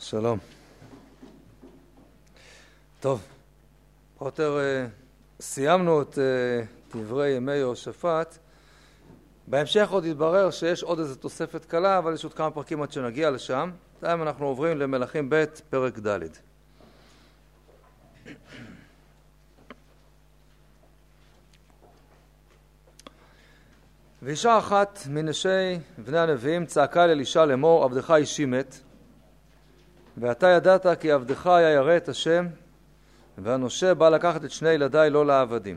שלום. טוב, יותר סיימנו את דברי ימי יהושפט. בהמשך עוד יתברר שיש עוד איזו תוספת קלה, אבל יש עוד כמה פרקים עד שנגיע לשם. היום אנחנו עוברים למלכים ב' פרק ד'. ואישה אחת מנשי בני הנביאים צעקה לאלישע לאמור, עבדך אישי מת, ואתה ידעת כי עבדך היה ירא את השם, והנושה בא לקחת את שני ילדיי לא לעבדים.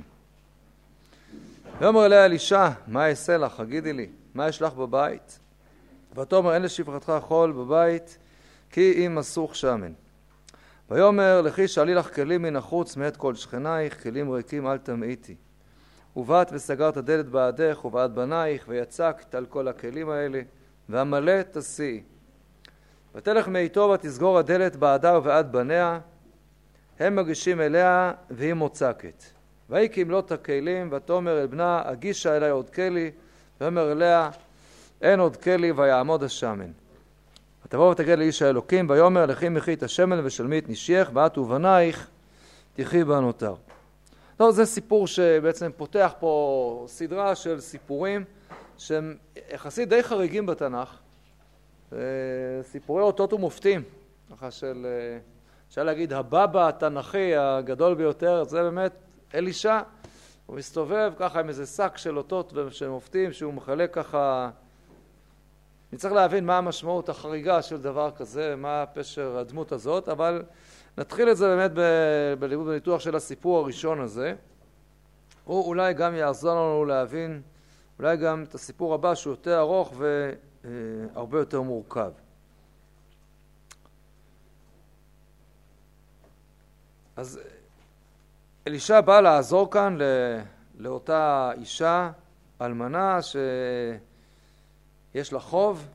ואומר אליה אלישע, מה אעשה לך? הגידי לי, מה יש לך בבית? ותאמר, אין לשפחתך חול בבית, כי אם מסוך שמן. ויאמר, לכי שאלי לך כלים מן החוץ מאת כל שכנייך, כלים ריקים אל תמעיתי. ובאת וסגרת הדלת בעדך ובעד בנייך, ויצקת על כל הכלים האלה, והמלא תשיאי. ותלך מאיתו ותסגור הדלת בעדה ובעד בניה, הם מגישים אליה והיא מוצקת. והיא כמלות הכלים, ותאמר אל בנה, הגישה אליי עוד כלי, ואומר אליה, אין עוד כלי, ויעמוד השמן. ותבוא ותגיד לאיש האלוקים, ויאמר, לכי מחי את השמן ושלמי את נשייך, ואת ובנייך תחי בנותר. לא, זה סיפור שבעצם פותח פה סדרה של סיפורים שהם יחסית די חריגים בתנ"ך. סיפורי אותות ומופתים, ככה אפשר להגיד הבבא התנ"כי הגדול ביותר, זה באמת אלישע. הוא מסתובב ככה עם איזה שק של אותות ושל מופתים שהוא מחלק ככה. נצטרך להבין מה המשמעות החריגה של דבר כזה, מה פשר הדמות הזאת, אבל נתחיל את זה באמת בלימוד בניתוח של הסיפור הראשון הזה. הוא אולי גם יעזור לנו להבין אולי גם את הסיפור הבא שהוא יותר ארוך והרבה יותר מורכב. אז אלישע בא לעזור כאן לאותה אישה אלמנה שיש לה חוב,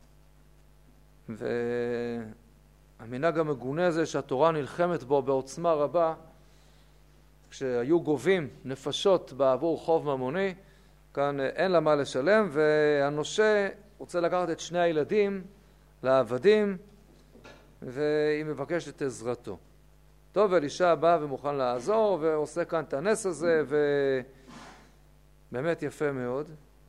והמנהג המגונה הזה שהתורה נלחמת בו בעוצמה רבה, כשהיו גובים נפשות בעבור חוב ממוני, כאן אין לה מה לשלם, והנושה רוצה לקחת את שני הילדים לעבדים, והיא מבקשת את עזרתו. טוב, אלישע בא ומוכן לעזור, ועושה כאן את הנס הזה, ובאמת יפה מאוד.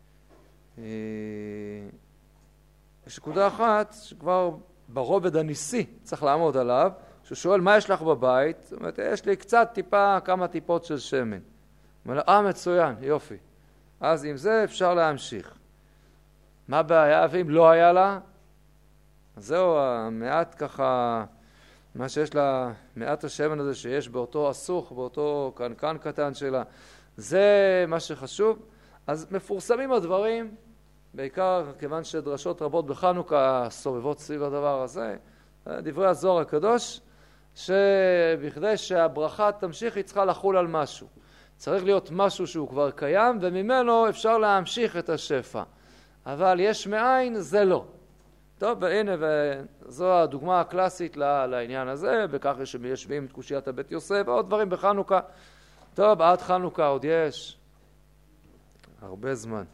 יש נקודה אחת שכבר ברובד הניסי צריך לעמוד עליו, שהוא שואל מה יש לך בבית? זאת אומרת, יש לי קצת טיפה, כמה טיפות של שמן. הוא אומר, מצוין, יופי. אז עם זה אפשר להמשיך. מה הבעיה? ואם לא היה לה? אז זהו, המעט ככה, מה שיש לה, מעט השמן הזה שיש באותו אסוך, באותו קנקן קטן שלה, זה מה שחשוב. אז מפורסמים הדברים, בעיקר כיוון שדרשות רבות בחנוכה סובבות סביב הדבר הזה, דברי הזוהר הקדוש, שבכדי שהברכה תמשיך היא צריכה לחול על משהו. צריך להיות משהו שהוא כבר קיים, וממנו אפשר להמשיך את השפע. אבל יש מאין, זה לא. טוב, והנה, וזו הדוגמה הקלאסית לעניין הזה, וכך שיושבים את קושיית הבית יוסף, ועוד דברים בחנוכה. טוב, עד חנוכה עוד יש הרבה זמן.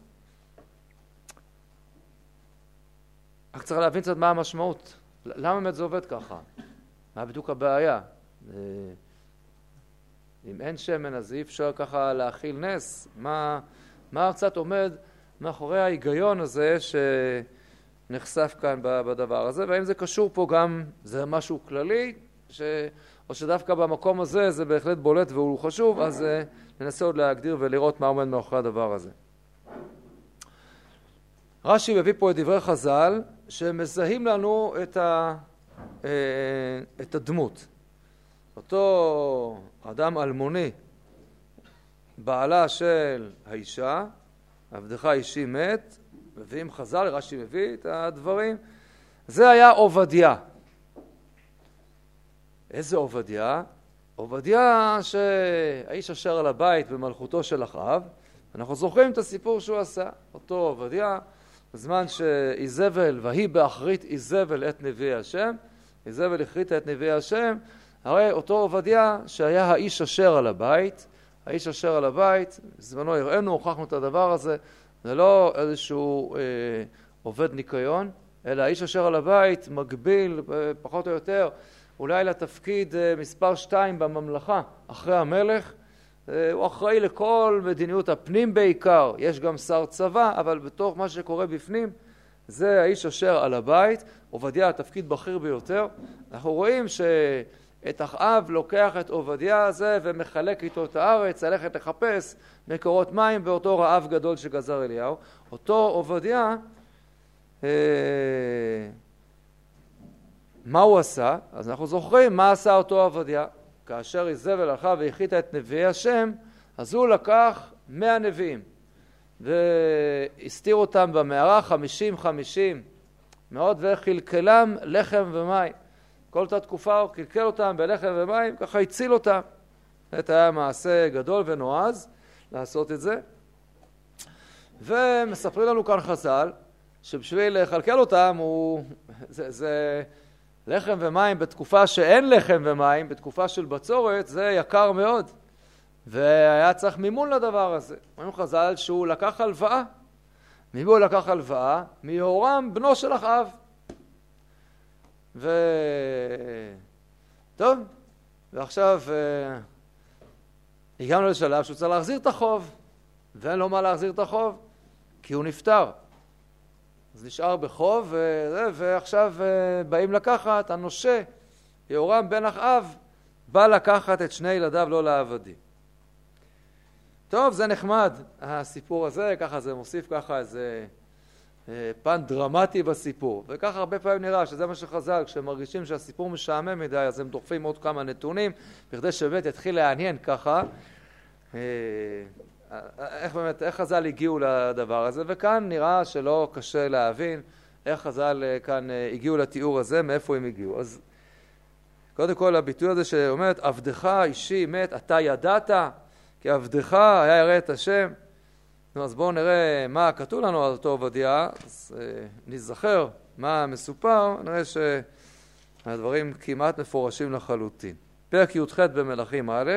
רק צריך להבין קצת מה המשמעות. למה באמת זה עובד ככה? מה בדיוק הבעיה? אם אין שמן, אז אי אפשר ככה להכיל נס. מה קצת עומד מאחורי ההיגיון הזה שנחשף כאן בדבר הזה? והאם זה קשור פה גם, זה משהו כללי, או שדווקא במקום הזה זה בהחלט בולט והוא חשוב, אז ננסה עוד להגדיר ולראות מה עומד מאחורי הדבר הזה. רש"י מביא פה את דברי חז"ל, שמזהים לנו את הדמות. אותו אדם אלמוני, בעלה של האישה, עבדך אישי מת, מביאים חז"ל, רש"י מביא את הדברים. זה היה עובדיה. איזה עובדיה? עובדיה שהאיש אשר על הבית במלכותו של אחאב. אנחנו זוכרים את הסיפור שהוא עשה. אותו עובדיה, בזמן שאיזבל, והיא באחרית איזבל את נביא השם, איזבל הכריתה את נביא השם, הרי אותו עובדיה שהיה האיש אשר על הבית, האיש אשר על הבית, בזמנו הראינו, הוכחנו את הדבר הזה, זה לא איזשהו עובד ניקיון, אלא האיש אשר על הבית מגביל פחות או יותר אולי לתפקיד מספר 2 בממלכה אחרי המלך. הוא אחראי לכל מדיניות הפנים בעיקר, יש גם שר צבא, אבל בתוך מה שקורה בפנים זה האיש אשר על הבית. עובדיה התפקיד בכיר ביותר. אנחנו רואים שאת אחאב לוקח את עובדיה הזה ומחלק איתו את הארץ, ללכת לחפש מקורות מים באותו רעב גדול שגזר אליהו. אותו עובדיה, מה הוא עשה? אז אנחנו זוכרים מה עשה אותו עובדיה. כאשר איזבל הלכה והחיתה את נביאי השם, אז הוא לקח 100 נביאים והסתיר אותם במערה 50-50 מאוד, וחלקלם לחם ומים. כל אותה תקופה הוא קלקל אותם בלחם ומים, ככה הציל אותם. זה היה מעשה גדול ונועז לעשות את זה. ומספרים לנו כאן חז"ל שבשביל לחלקל אותם זה לחם ומים בתקופה שאין לחם ומים, בתקופה של בצורת, זה יקר מאוד. והיה צריך מימון לדבר הזה. אומרים חז"ל שהוא לקח הלוואה. ממי הוא לקח הלוואה? מיהורם בנו של אחאב. טוב, ועכשיו הגענו לשלב שהוא צריך להחזיר את החוב. ואין לו מה להחזיר את החוב, כי הוא נפטר. אז נשאר בחוב, ועכשיו באים לקחת, הנושה, יהורם בן אחאב, בא לקחת את 2 ילדיו לא לעבדים. טוב, זה נחמד, הסיפור הזה, ככה זה מוסיף ככה איזה פן דרמטי בסיפור. וככה הרבה פעמים נראה שזה מה שחז"ל, כשמרגישים שהסיפור משעמם מדי, אז הם דוחפים עוד כמה נתונים, בכדי שבאמת יתחיל לעניין ככה, איך חז"ל הגיעו לדבר הזה, וכאן נראה שלא קשה להבין איך חז"ל כאן הגיעו לתיאור הזה, מאיפה הם הגיעו. אז קודם כל הביטוי הזה שאומרת, עבדך אישי מת, אתה ידעת, כי עבדך היה ירא את השם. אז בואו נראה מה כתוב לנו על אותו עובדיה, אז נזכר מה מסופר, נראה שהדברים כמעט מפורשים לחלוטין. פרק י"ח במלכים א',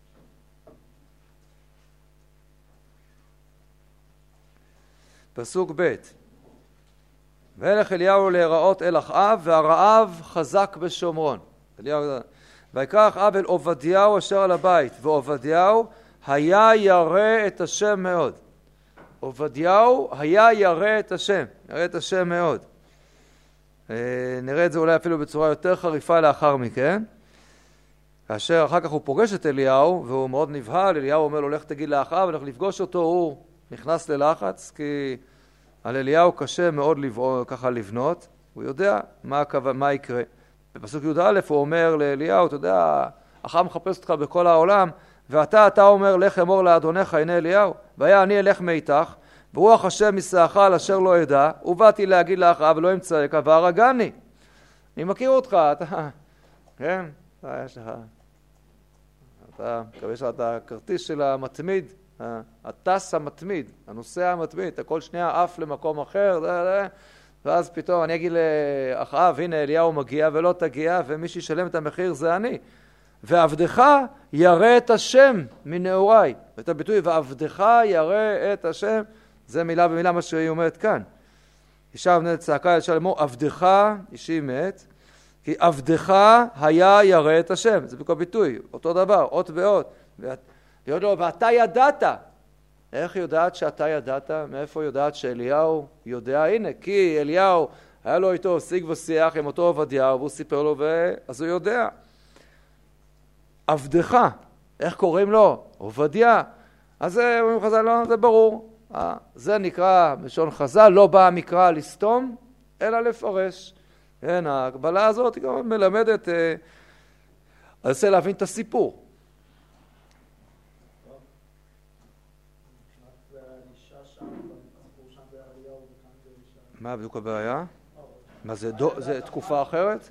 פסוק ב', וילך אליהו להיראות אל אחאב, והרעב חזק בשומרון. ויקרא אחאב אל עובדיהו אשר על הבית, ועובדיהו היה ירא את השם מאוד. עובדיהו היה ירא את השם, ירא את השם מאוד. נראה את זה אולי אפילו בצורה יותר חריפה לאחר מכן. כאשר אחר כך הוא פוגש את אליהו, והוא מאוד נבהל, אליהו אומר לו, לך תגיד לאחאב, הולך לפגוש אותו, הוא נכנס ללחץ, כי על אליהו קשה מאוד ככה לבנות, הוא יודע מה יקרה. בפסוק י"א הוא אומר לאליהו, אתה יודע, אחאב מחפש אותך בכל העולם, ואתה אומר, לך אמור לאדונך, הנה אליהו, והיה אני אלך מאיתך, ורוח השם מסעך על אשר לא ידע, ובאתי להגיד לאחאב ולא אמצאך, והרגני. אני מכיר אותך, אתה, כן, יש לך, אתה מקווה שאתה הכרטיס של המתמיד, הטס המתמיד, הנוסע המתמיד, אתה כל שנייה עף למקום אחר, ואז פתאום אני אגיד לאחאב, הנה אליהו מגיע ולא תגיע, ומי שישלם את המחיר זה אני. ועבדך ירא את השם מנעוריי. ואת הביטוי, ועבדך ירא את השם, זה מילה במילה מה שהיא אומרת כאן. אישה צעקה אל שלמה, עבדך, אישי מת, כי עבדך היה ירא את השם. זה בכל ביטוי, אותו דבר, אות באות. ואתה ידעת. איך יודעת שאתה ידעת? מאיפה יודעת שאליהו יודע? הנה, כי אליהו היה לו איתו שיג ושיח עם אותו עובדיהו, והוא סיפר לו, אז הוא יודע. עבדך, איך קוראים לו? עובדיה. אז זה, אומרים חז"ל, לא, זה ברור. זה נקרא, בלשון חז"ל, לא בא המקרא לסתום, אלא לפרש. כן, ההקבלה הזאת היא גם מלמדת, אז זה להבין את הסיפור. מה בדיוק הבעיה? מה זה תקופה אחרת?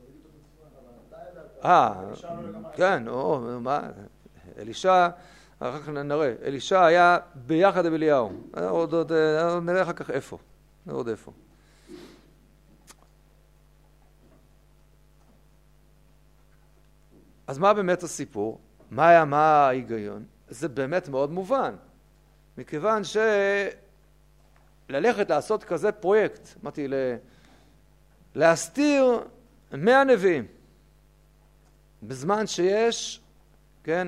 כן, מה? אלישע, אחר כך נראה, אלישע היה ביחד עם אליהו. עוד נראה אחר כך איפה. עוד איפה. אז מה באמת הסיפור? מה ההיגיון? זה באמת מאוד מובן. מכיוון ללכת לעשות כזה פרויקט, אמרתי להסתיר 100 נביאים, בזמן שיש, כן,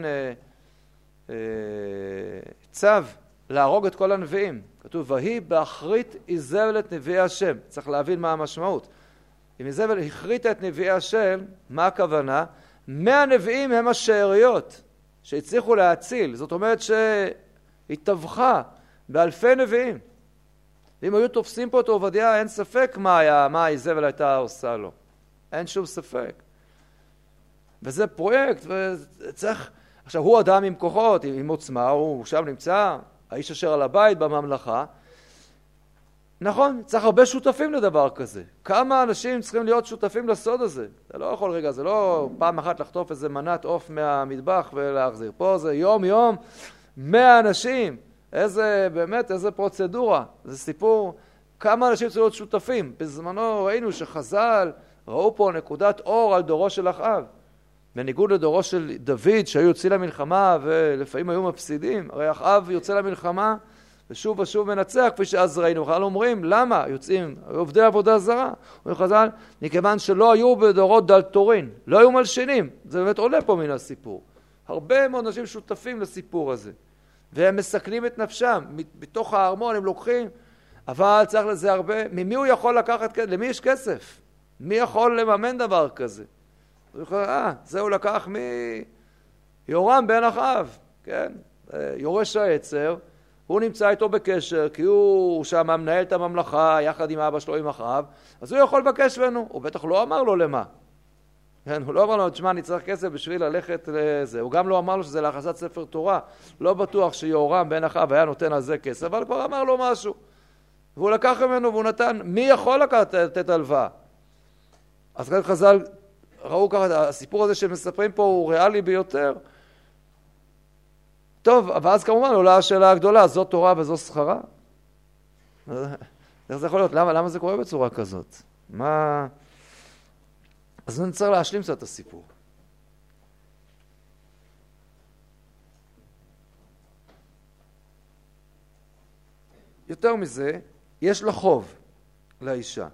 צו להרוג את כל הנביאים. כתוב, והיא באחרית איזבל את נביאי השם. צריך להבין מה המשמעות. אם איזבל הכריתה את נביאי השם, מה הכוונה? 100 נביאים הם השאריות שהצליחו להציל. זאת אומרת שהיא טבחה באלפי נביאים. ואם היו תופסים פה את עובדיה, אין ספק מה איזבל הייתה עושה לו. אין שום ספק. וזה פרויקט, וצריך... עכשיו, הוא אדם עם כוחות, עם עוצמה, הוא שם נמצא, האיש אשר על הבית בממלכה. נכון, צריך הרבה שותפים לדבר כזה. כמה אנשים צריכים להיות שותפים לסוד הזה? זה לא יכול רגע, זה לא פעם אחת לחטוף איזה מנת עוף מהמטבח ולהחזיר. פה זה יום, 100 אנשים. באמת, איזה פרוצדורה. זה סיפור, כמה אנשים צריכים להיות שותפים. בזמנו ראינו שחז"ל ראו פה נקודת אור על דורו של אחאב. בניגוד לדורו של דוד, שהיו יוצאים למלחמה ולפעמים היו מפסידים. הרי אחאב יוצא למלחמה ושוב ושוב מנצח, כפי שאז ראינו. בכלל אומרים, למה יוצאים? עובדי עבודה זרה. אומרים חז"ל, מכיוון שלא היו בדורות דלתורין, לא היו מלשינים. זה באמת עולה פה מן הסיפור. הרבה מאוד אנשים שותפים לסיפור הזה. והם מסכנים את נפשם. בתוך הארמון הם לוקחים, אבל צריך לזה הרבה. ממי הוא יכול לקחת? למי יש כסף? מי יכול לממן דבר כזה? זה הוא לקח מיורם בן אחאב, כן? יורש העצר, הוא נמצא איתו בקשר, כי הוא שם מנהל את הממלכה יחד עם אבא שלו עם אחאב, אז הוא יכול לבקש ממנו, הוא בטח לא אמר לו למה. כן? הוא לא אמר לו, תשמע, אני צריך כסף בשביל ללכת לזה, הוא גם לא אמר לו שזה להכנסת ספר תורה, לא בטוח שיורם בן אחאב היה נותן על זה כסף, אבל כבר אמר לו משהו. והוא לקח ממנו והוא נתן, מי יכול לתת הלוואה? אז כאן חז"ל ראו ככה, הסיפור הזה שמספרים פה הוא ריאלי ביותר. טוב, ואז כמובן עולה השאלה הגדולה, זו תורה וזו שכרה? איך זה יכול להיות? למה זה קורה בצורה כזאת? מה... אז אני צריך להשלים קצת את הסיפור. יותר מזה, יש לה חוב לאישה.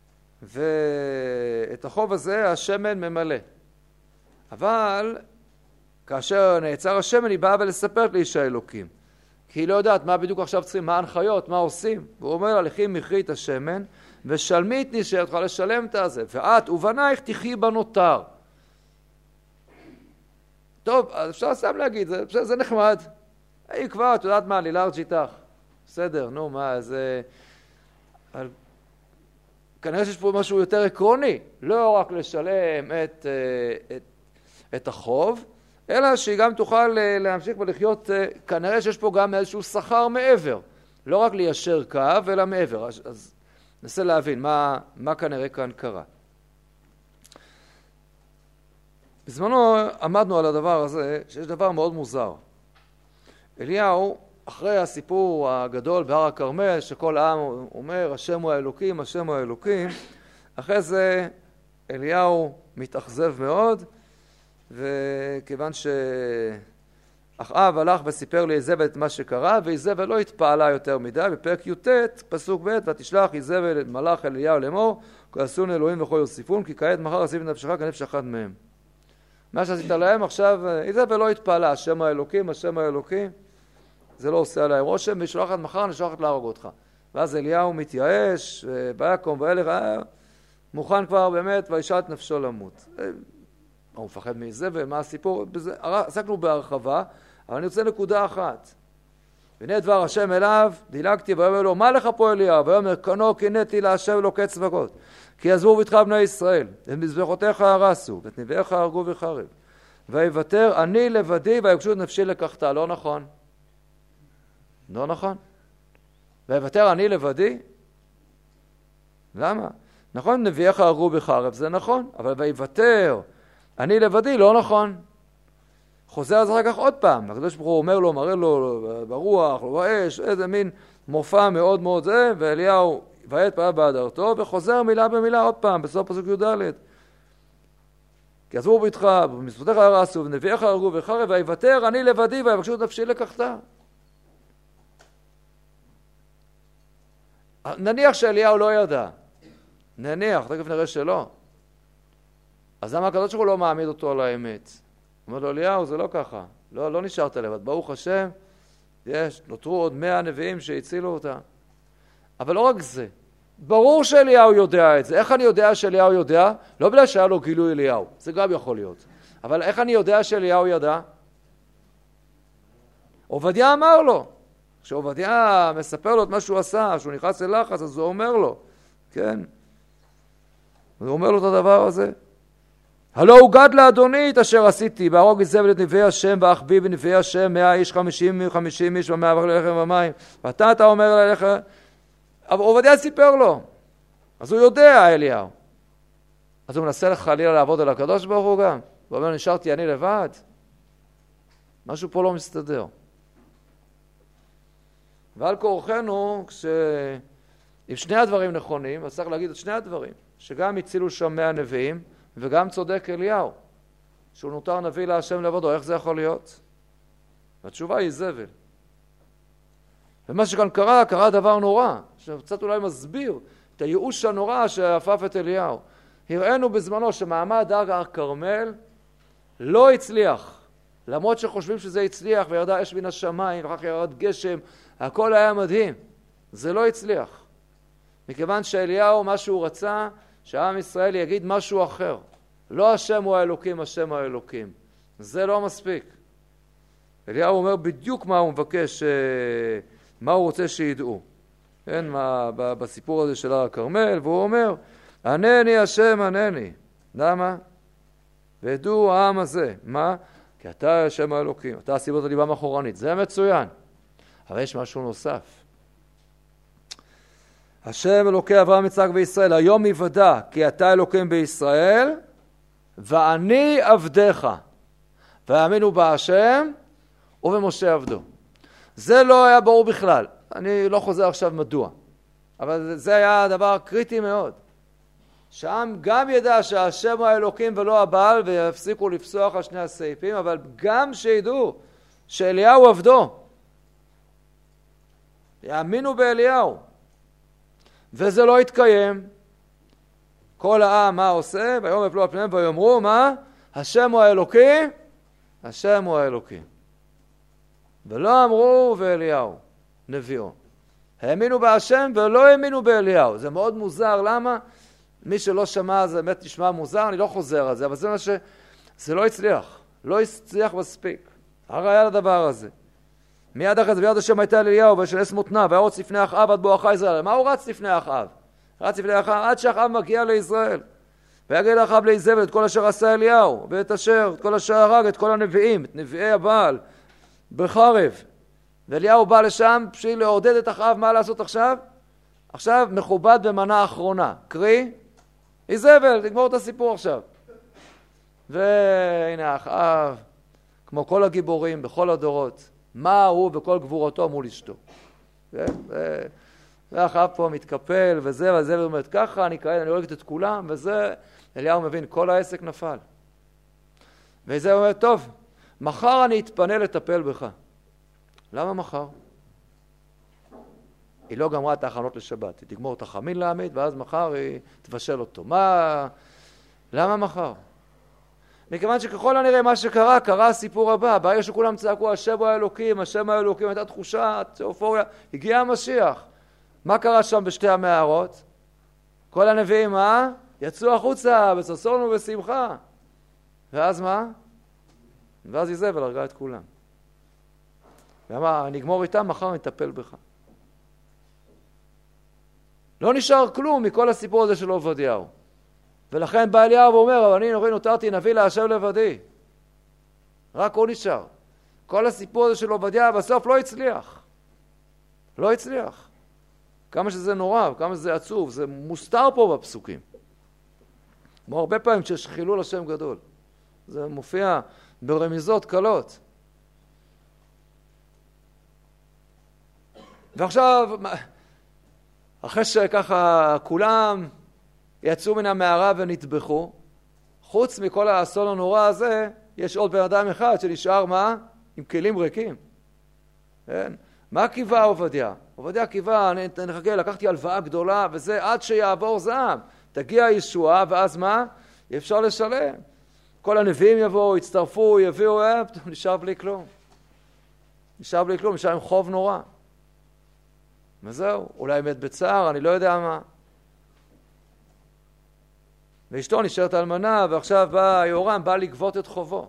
ואת החוב הזה השמן ממלא. אבל כאשר נעצר השמן היא באה ולספרת לאיש האלוקים. כי היא לא יודעת מה בדיוק עכשיו צריכים, מה ההנחיות, מה עושים. והוא אומר לה, לכי מכרי את השמן ושלמי את נשארתך לשלם את הזה. ואת ובנייך תחי בנותר. טוב, אז אפשר סתם להגיד, זה נחמד. היא כבר, את יודעת מה, אני לארג' איתך. בסדר, נו מה, זה... כנראה שיש פה משהו יותר עקרוני, לא רק לשלם את החוב, אלא שהיא גם תוכל להמשיך ולחיות, כנראה שיש פה גם איזשהו שכר מעבר, לא רק ליישר קו, אלא מעבר. אז ננסה להבין מה כנראה כאן קרה. בזמנו עמדנו על הדבר הזה, שיש דבר מאוד מוזר. אליהו, אחרי הסיפור הגדול בהר הכרמל, שכל העם אומר, השם הוא האלוקים, השם הוא האלוקים, אחרי זה אליהו מתאכזב מאוד, וכיוון שאחאב הלך וסיפר לאיזבל את מה שקרה, ואיזבל לא התפעלה יותר מדי, בפרק י"ט, פסוק ב', ותשלח איזבל מלאך אל אליהו לאמור, כעשון אלוהים וכה יוסיפון, כי כעת מחר אשים את נפשך כנפש אחד מהם. מה שעשית להם עכשיו, איזבל לא התפעלה, השם האלוקים, השם האלוקים, זה לא עושה עליהם רושם, ושולחת מחר נשלחת להרוג אותך. ואז אליהו מתייאש, ויקום ואילך, מוכן כבר באמת, וישע את נפשו למות. הוא מפחד מזה, ומה הסיפור? עסקנו בהרחבה, אבל אני רוצה נקודה אחת. והנה דבר השם אליו, דילגתי, ויאמר לו, מה לך פה אליהו? ויאמר, קנו קינאתי להשם אלוקי צבאות, כי עזבו ביתך בני ישראל, את מזבחותיך הרסו, ואת נביאיך הרגו וחרב. ויוותר אני לבדי, ויגשו את נפשי לקחתה. לא נכון. לא נכון. ויוותר אני לבדי? למה? נכון, נביאיך הרגו בחרב, זה נכון, אבל ויוותר אני לבדי, לא נכון. חוזר על זה אחר כך עוד פעם. הקדוש ברוך הוא אומר לו, מראה לו ברוח, באש, איזה מין מופע מאוד מאוד זה, ואליהו ועת פעם בהדרתו, וחוזר מילה במילה עוד פעם, בסוף פסוק י"ד. כי עזבו ביתך, במזבחותיך הרסו, ונביאיך הרגו בחרב, ויוותר אני לבדי, ויבקשו את נפשי לקחתה. נניח שאליהו לא ידע, נניח, תכף נראה שלא. אז למה הקדוש ברוך הוא לא מעמיד אותו על האמת? אומר לו, אליהו, זה לא ככה. לא נשארת לבד. ברוך השם, נותרו עוד 100 נביאים שהצילו אותה. אבל לא רק זה. ברור שאליהו יודע את זה. איך אני יודע שאליהו יודע? לא בגלל שהיה לו גילוי אליהו. זה גם יכול להיות. אבל איך אני יודע שאליהו ידע? עובדיה אמר לו. כשעובדיה מספר לו את מה שהוא עשה, שהוא נכנס ללחץ, אז הוא אומר לו, כן? הוא אומר לו את הדבר הזה. הלא הוא גד לאדוני את אשר עשיתי, בהרוג איזבל את נביאי השם, ואחביא בנביאי השם 100 איש, 50 איש, ומעבר ללחם ומים. ואתה אומר אליך, אבל עובדיה סיפר לו. אז הוא יודע, אליהו. אז הוא מנסה חלילה לעבוד על הקדוש ברוך הוא גם. הוא אומר, נשארתי אני לבד. משהו פה לא מסתדר. ועל כורחנו, אם שני הדברים נכונים, אז צריך להגיד את שני הדברים. שגם הצילו שם 100 נביאים, וגם צודק אליהו. שהוא נותר נביא להשם לעבודו. איך זה יכול להיות? והתשובה היא זבל. ומה שכאן קרה דבר נורא. שקצת אולי מסביר את הייאוש הנורא שהפף את אליהו. הראינו בזמנו שמעמד הר הכרמל לא הצליח. למרות שחושבים שזה הצליח וירדה אש מן השמיים, ואחר כך ירד גשם, הכל היה מדהים. זה לא הצליח. מכיוון שאליהו, מה שהוא רצה, שהעם ישראל יגיד משהו אחר. לא השם הוא האלוקים, השם הוא האלוקים. זה לא מספיק. אליהו אומר בדיוק מה הוא מבקש, מה הוא רוצה שידעו. כן, בסיפור הזה של הר הכרמל, והוא אומר, ענני השם ענני. למה? וידעו העם הזה. מה? כי אתה השם האלוקים. אתה הסיבות הליבם אחורנית. זה מצוין. אבל יש משהו נוסף. השם אלוקי אברהם יצחק וישראל, היום יוודע כי אתה אלוקים בישראל, ואני עבדך. והאמינו בהשם ובמשה עבדו. זה לא היה ברור בכלל. אני לא חוזר עכשיו מדוע. אבל זה היה דבר קריטי מאוד. שהעם גם ידע שהשם הוא האלוקים ולא הבעל, ויפסיקו לפסוח על שני הסעיפים, אבל גם שידעו שאליהו עבדו. יאמינו באליהו. וזה לא התקיים. כל העם מה עושה? ויאמר יפלו על פניהם ויאמרו מה? השם הוא האלוקים, השם הוא האלוקים. ולא אמרו ואליהו, נביאו. האמינו בהשם ולא האמינו באליהו. זה מאוד מוזר, למה? מי שלא שמע זה באמת נשמע מוזר, אני לא חוזר על זה, אבל זה מה זה לא הצליח. לא הצליח מספיק. הראיה לדבר הזה. מיד אחרי זה ביד השם הייתה אליהו ושנס מותנה וירוץ לפני אחאב עד בואכה ישראל. מה הוא רץ לפני אחאב? רץ לפני אחאב עד שאחאב מגיע לישראל. ויגיד אחאב לאיזבל את כל אשר עשה אליהו ואת כל אשר הרג את כל הנביאים, את נביאי הבעל בחרב. ואליהו בא לשם בשביל לעודד את אחאב מה לעשות עכשיו? עכשיו מכובד במנה אחרונה. קרי, איזבל, תגמור את הסיפור עכשיו. והנה אחאב, כמו כל הגיבורים בכל הדורות, מה הוא בכל גבורתו מול אשתו. ואחאב פה מתקפל וזה וזה, ואומרת ככה, אני הורגת את כולם, וזה, אליהו מבין, כל העסק נפל. וזה אומר, טוב, מחר אני אתפנה לטפל בך. למה מחר? היא לא גמרה את ההכנות לשבת, היא תגמור את החמין להעמיד, ואז מחר היא תבשל אותו. למה מחר? מכיוון שככל הנראה מה שקרה, קרה הסיפור הבא. ברגע שכולם צעקו, השם הוא האלוקים, השם הוא האלוקים, הייתה תחושה, אופוריה, הגיע המשיח. מה קרה שם בשתי המערות? כל הנביאים, מה? יצאו החוצה, בששון ובשמחה. ואז מה? ואז איזבל הרגה את כולם. ואמר, נגמור איתם, מחר נטפל בך. לא נשאר כלום מכל הסיפור הזה של עובדיהו. ולכן בא אליהו ואומר, אבל אני נותרתי נביא להשם לבדי. רק הוא נשאר. כל הסיפור הזה של עובדיה בסוף לא הצליח. לא הצליח. כמה שזה נורא, כמה שזה עצוב, זה מוסתר פה בפסוקים. כמו הרבה פעמים שיש חילול השם גדול. זה מופיע ברמיזות קלות. ועכשיו, אחרי שככה כולם יצאו מן המערה ונטבחו, חוץ מכל האסון הנורא הזה, יש עוד בן אדם אחד שנשאר מה? עם כלים ריקים. כן? מה קיווה עובדיה? עובדיה קיווה, אני נחכה, לקחתי הלוואה גדולה, וזה עד שיעבור זעם. תגיע הישועה, ואז מה? אי אפשר לשלם. כל הנביאים יבואו, יצטרפו, יביאו, נשאר בלי כלום. נשאר בלי כלום, נשאר עם חוב נורא. וזהו, אולי מת בצער, אני לא יודע מה. ואשתו נשארת אלמנה, ועכשיו בא יורם, בא לגבות את חובו.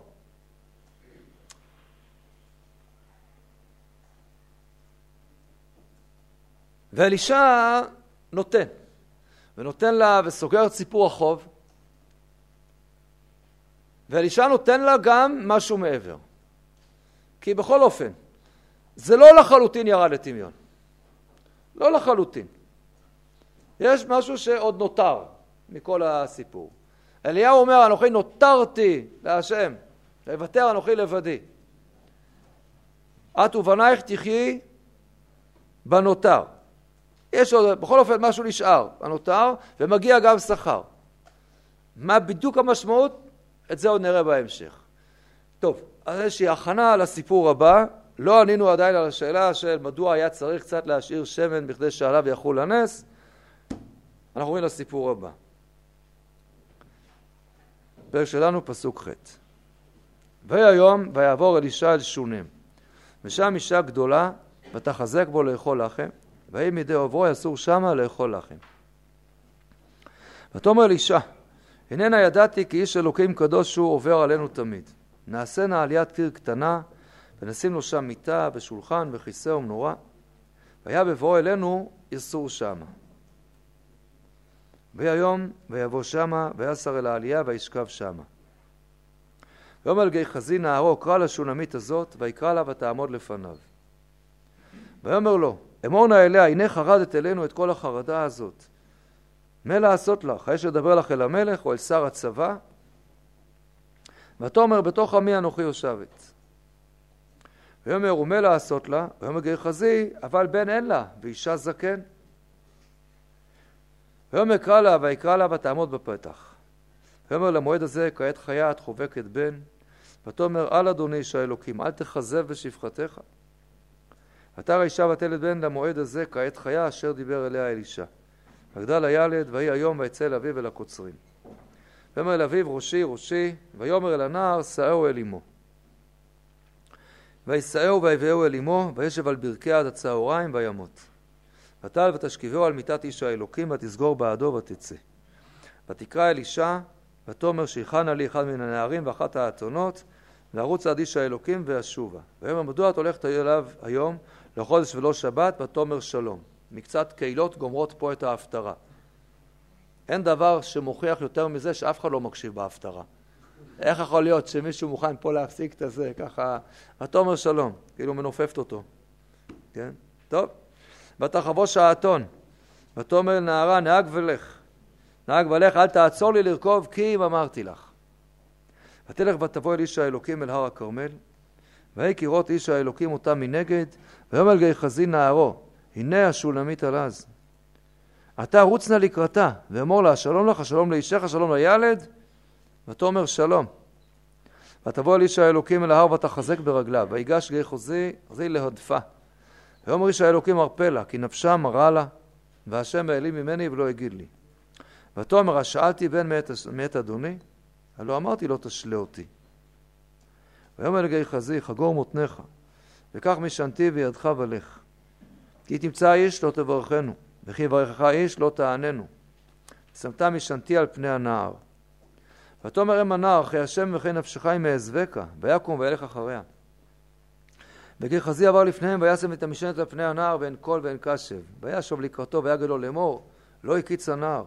ואלישע נותן, ונותן לה וסוגר את סיפור החוב, ואלישע נותן לה גם משהו מעבר. כי בכל אופן, זה לא לחלוטין ירד לטמיון. לא לחלוטין. יש משהו שעוד נותר מכל הסיפור. אליהו אומר, אנוכי נותרתי להשם, לוותר אנוכי לבדי. את ובנייך תחיי בנותר. יש עוד, בכל אופן משהו נשאר, הנותר, ומגיע גם שכר. מה בדיוק המשמעות? את זה עוד נראה בהמשך. טוב, אז יש הכנה לסיפור הבא. לא ענינו עדיין על השאלה של מדוע היה צריך קצת להשאיר שמן בכדי שעליו יחול הנס. אנחנו רואים לסיפור הבא. פרק שלנו פסוק ח'. והיום ויעבור אלישע אל שונם, ושם אישה גדולה ותחזק בו לאכול לחם, ויהי מדי עוברו יסור שמה לאכול לחם. ותאמר אלישע, הננה ידעתי כי איש אלוקים קדוש הוא עובר עלינו תמיד. נעשנה על יד קיר קטנה, ונשים לו שם מיטה ושולחן וכיסא ומנורה, והיה בבואו אלינו יסור שמה. והיום ויבוא שמה ויסר אל העלייה וישכב שמה. ויאמר גיחזי נערו, קרא לשונמית הזאת, ויקרא לה ותעמוד לפניו. ויאמר לו, אמור נא אליה, הנה חרדת אלינו את כל החרדה הזאת. מה לעשות לך? יש לדבר לך אל המלך או אל שר הצבא? ותאמר בתוך עמי אנוכי יושבת. ויאמר ומה לעשות לה? ויאמר גיחזי, אבל בן אין לה, ואישה זקן. ויאמר קרא לה ויקרא לה ותעמוד בפתח. ויאמר למועד הזה כעת חיה את חובקת בן. ותאמר על אדוני איש האלוקים, אל תחזב בשפחתך. ותרא אישה ותלד בן למועד הזה כעת חיה אשר דיבר אליה אלישע. וגדל הילד ויהי היום ויצא אל אביו אל הקוצרים. ויאמר אל אביו ראשי ראשי, ויאמר אל הנער שאהו אל אמו. וישאהו ויביאהו אל אמו, וישב על ברכי עד הצהריים וימות. ותעל ותשכיבהו על מיטת איש האלוקים ותסגור בעדו ותצא. ותקרא אלישע ותאמר שיכנה לי אחד מן הנערים ואחת האתונות, לערוץ עד איש האלוקים וישובה. ויאמר מדוע את הולכת אליו היום לחודש ולא שבת? ותאמר שלום. מקצת קהילות גומרות פה את ההפטרה. אין דבר שמוכיח יותר מזה שאף אחד לא מקשיב בהפטרה. איך יכול להיות שמישהו מוכן פה להפסיק את זה ככה? ותאמר שלום, כאילו מנופפת אותו. כן? טוב. ותחבוש האתון, ותאמר נערה נהג ולך. נהג ולך, אל תעצור לי לרכוב, כי אם אמרתי לך. ותלך ותבוא אל איש האלוקים אל הר הכרמל, ויהי כראות איש האלוקים אותה מנגד, ויאמר גיחזי נערו, הנה השולמית עלז. אתה רוץ נא לקראתה, ואמור לה, שלום לך, שלום לאישך, שלום לילד, ותאמר שלום. ותבוא אל איש האלוקים אל ההר ותחזק ברגליו, ויגש גיחזי להדפה. ויאמר איש האלוקים ארפה לה, כי נפשה מרה לה, והשם העלים ממני ולא הגיד לי. ותאמר, שאלתי בן מאת אדוני? הלא אמרתי לא תשלה אותי. ויאמר לגיחזי, חגור מותניך, וקח משענתי וידך ולך. כי תמצא איש לא תברכנו, וכי יברכך איש לא תעננו. שמת משענתי על פני הנער. ותאמר אם הנער, אחי השם וכי נפשך אם אעזבך, ויקום וילך אחריה. וגיחזי עבר לפניהם וישם את המשענת על פני הנער, ואין קול ואין קשב. וישוב לקראתו ויגד לו לאמור, לא הקיץ הנער.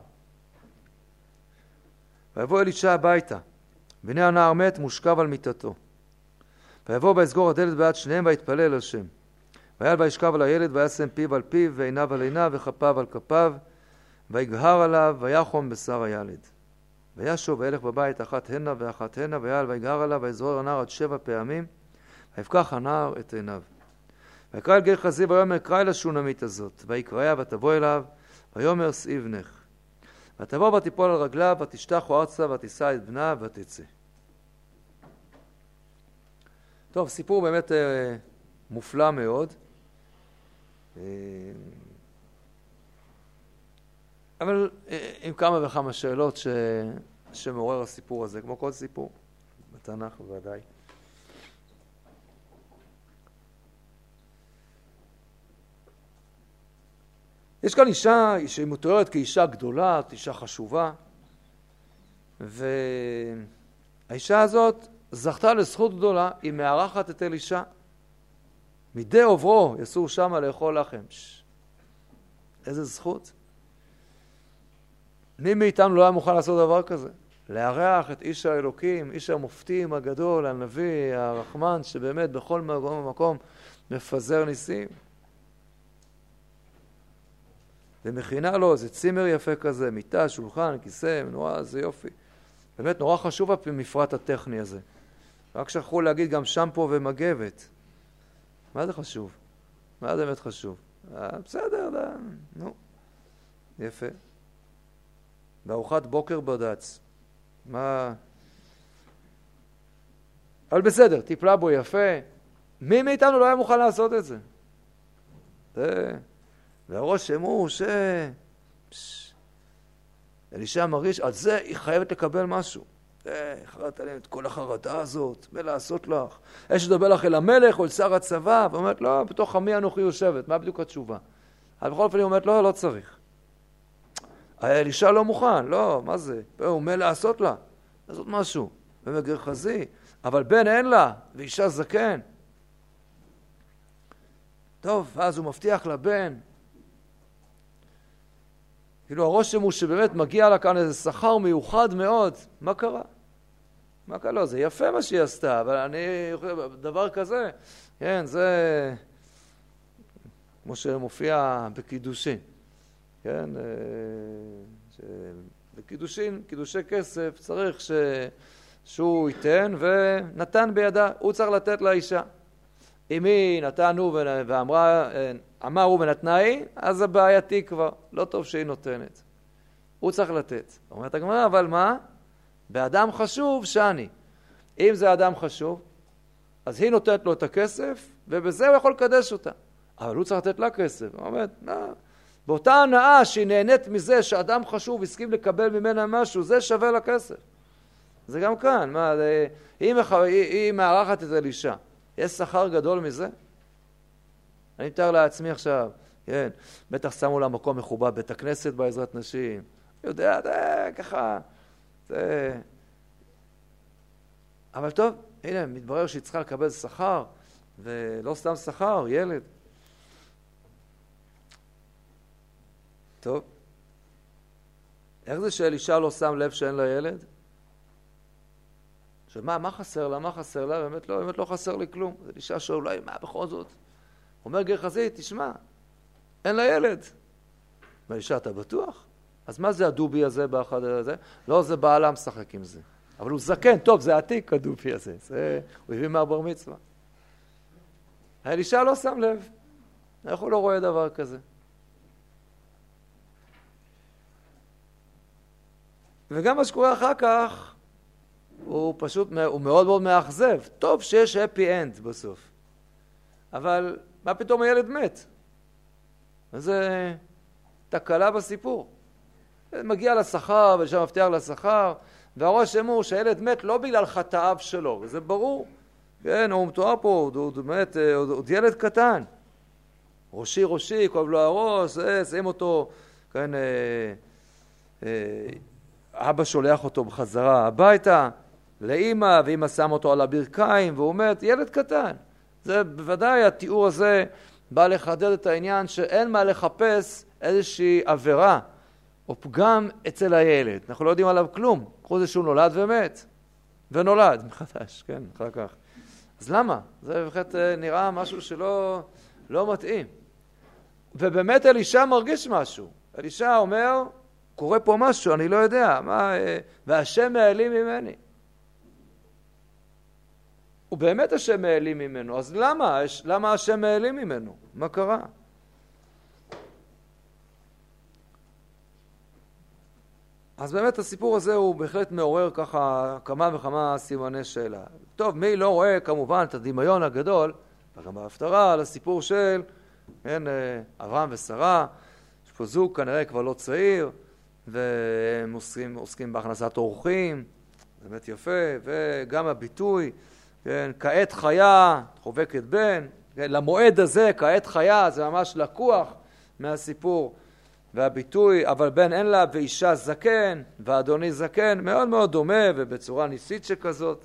ויבוא אלישע הביתה, והנה הנער מת מושכב על מיטתו. ויבוא ויסגור הדלת ביד שניהם ויתפלל אל השם. ויעל וישכב על הילד וישם פיו על פיו ועיניו על עיניו וכפיו על כפיו, ויגהר עליו ויחום בשר הילד. וישוב וילך בבית אחת הנה ואחת הנה, ויעל ויגהר עליו ויזרור הנער עד 7 פעמים, ויפקח הנער את עיניו. ויקרא אל גיחזי ויאמר קרא אל השונמית הזאת, ויקראיה ותבוא אליו, ויאמר שאי בנך. ותבוא ותיפול על רגליו ותשטחו ארצה ותישא את בנה ותצא. טוב, סיפור באמת מופלא מאוד. אבל עם כמה וכמה שאלות שמעורר הסיפור הזה, כמו כל סיפור, בתנ"ך בוודאי. יש כאן אישה שהיא מתוארת כאישה גדולה, אישה חשובה, והאישה הזאת זכתה לזכות גדולה, היא מארחת את אלישע. מדי עוברו יסור שמה לאכול לחם. איזה זכות. מי מאיתנו לא היה מוכן לעשות דבר כזה? לארח את איש האלוקים, איש המופתים הגדול, הנביא, הרחמן, שבאמת בכל מקום מפזר ניסים. ומכינה לו איזה צימר יפה כזה, מיטה, שולחן, כיסא, מנורה, זה יופי. באמת נורא חשוב המפרט הטכני הזה. רק שכחו להגיד גם שמפו ומגבת. מה זה חשוב? מה זה באמת חשוב? בסדר, נו. יפה. בארוחת בוקר בד"ץ. מה? אבל בסדר, טיפלה בו יפה. מי מאיתנו לא היה מוכן לעשות את זה? והראש אמרו אלישע מרגיש, על זה היא חייבת לקבל משהו. חרדת עליהם את כל החרדה הזאת, ולעשות לך. יש לדבר לך אל המלך או אל שר הצבא, ואומרת, לא, בתוך עמי אנוכי יושבת. מה בדיוק התשובה? אבל בכל אופן היא אומרת, לא, לא צריך. אלישע לא מוכן, לא, מה זה? הוא מה לעשות לה? לעשות משהו. במגר חזי. אבל בן אין לה, ואישה זקן. טוב, ואז הוא מבטיח לבן. כאילו הרושם הוא שבאמת מגיע לה כאן איזה שכר מיוחד מאוד. מה קרה? מה קרה? לא, זה יפה מה שהיא עשתה, אבל אני דבר כזה, כן, זה כמו שמופיע בקידושין. כן, בקידושין, קידושי כסף, צריך שהוא ייתן ונתן בידה, הוא צריך לתת לאישה. אם היא נתן הוא אמר הוא ונתנה היא, אז זה בעייתי כבר, לא טוב שהיא נותנת. הוא צריך לתת. אומרת הגמרא, אבל מה? באדם חשוב שאני. אם זה אדם חשוב, אז היא נותנת לו את הכסף, ובזה הוא יכול לקדש אותה. אבל הוא צריך לתת לה כסף. הוא אומר, באותה הנאה שהיא נהנית מזה שאדם חשוב הסכים לקבל ממנה משהו, זה שווה לכסף. זה גם כאן. מה, היא מארחת את אלישע. יש שכר גדול מזה? אני מתאר לעצמי עכשיו, כן, בטח שמו לה מקום מכובד, בית הכנסת בעזרת נשים. יודע, ככה. אבל טוב, הנה, מתברר שהיא צריכה לקבל שכר, ולא סתם שכר, ילד. טוב. איך זה שאלישע לא שם לב שאין לה ילד? מה חסר לה? מה חסר לה? באמת לא חסר לי כלום. אלישע שואל, אולי, מה בכל זאת? אומר גרחזי, תשמע, אין לה ילד. ואלישע, אתה בטוח? אז מה זה הדובי הזה באחד הזה? לא, זה בעלה משחק עם זה. אבל הוא זקן, טוב, זה עתיק הדובי הזה. הוא הביא מהבר מצווה. אלישע לא שם לב. איך הוא לא רואה דבר כזה? וגם מה שקורה אחר כך, הוא מאוד מאוד מאכזב. טוב שיש happy end בסוף. אבל מה פתאום הילד מת? זה תקלה בסיפור. מגיע לשכר, ולשם מבטיח לשכר, והראש אמור שהילד מת לא בגלל חטאיו שלו, וזה ברור. כן, הוא מתואר פה, הוא באמת, עוד ילד קטן. ראשי, כואב לו הראש, שים אותו, כן, אבא שולח אותו בחזרה הביתה, לאמא, ואמא שם אותו על הברכיים, והוא אומר, ילד קטן. זה בוודאי, התיאור הזה בא לחדד את העניין שאין מה לחפש איזושהי עבירה או פגם אצל הילד. אנחנו לא יודעים עליו כלום. חוץ זה שהוא נולד ומת. ונולד מחדש, כן, אחר כך. אז למה? זה באמת נראה משהו שלא מתאים. ובאמת אלישע מרגיש משהו. אלישע אומר, קורה פה משהו, אני לא יודע. והשם מעלים ממני. ובאמת השם מעלים ממנו. אז למה השם מעלים ממנו? מה קרה? אז באמת הסיפור הזה הוא בהחלט מעורר ככה כמה וכמה סימני שאלה. טוב, מי לא רואה כמובן את הדמיון הגדול, וגם בהפטרה על הסיפור של אברהם ושרה, יש פה זוג כנראה כבר לא צעיר, והם עוסקים בהכנסת אורחים, זה באמת יפה, וגם הביטוי, כן, כעת חיה, חובקת בן, כן, למועד הזה, כעת חיה, זה ממש לקוח מהסיפור, והביטוי, אבל בן אין לה, ואישה זקן, ואדוני זקן, מאוד מאוד דומה, ובצורה ניסית שכזאת,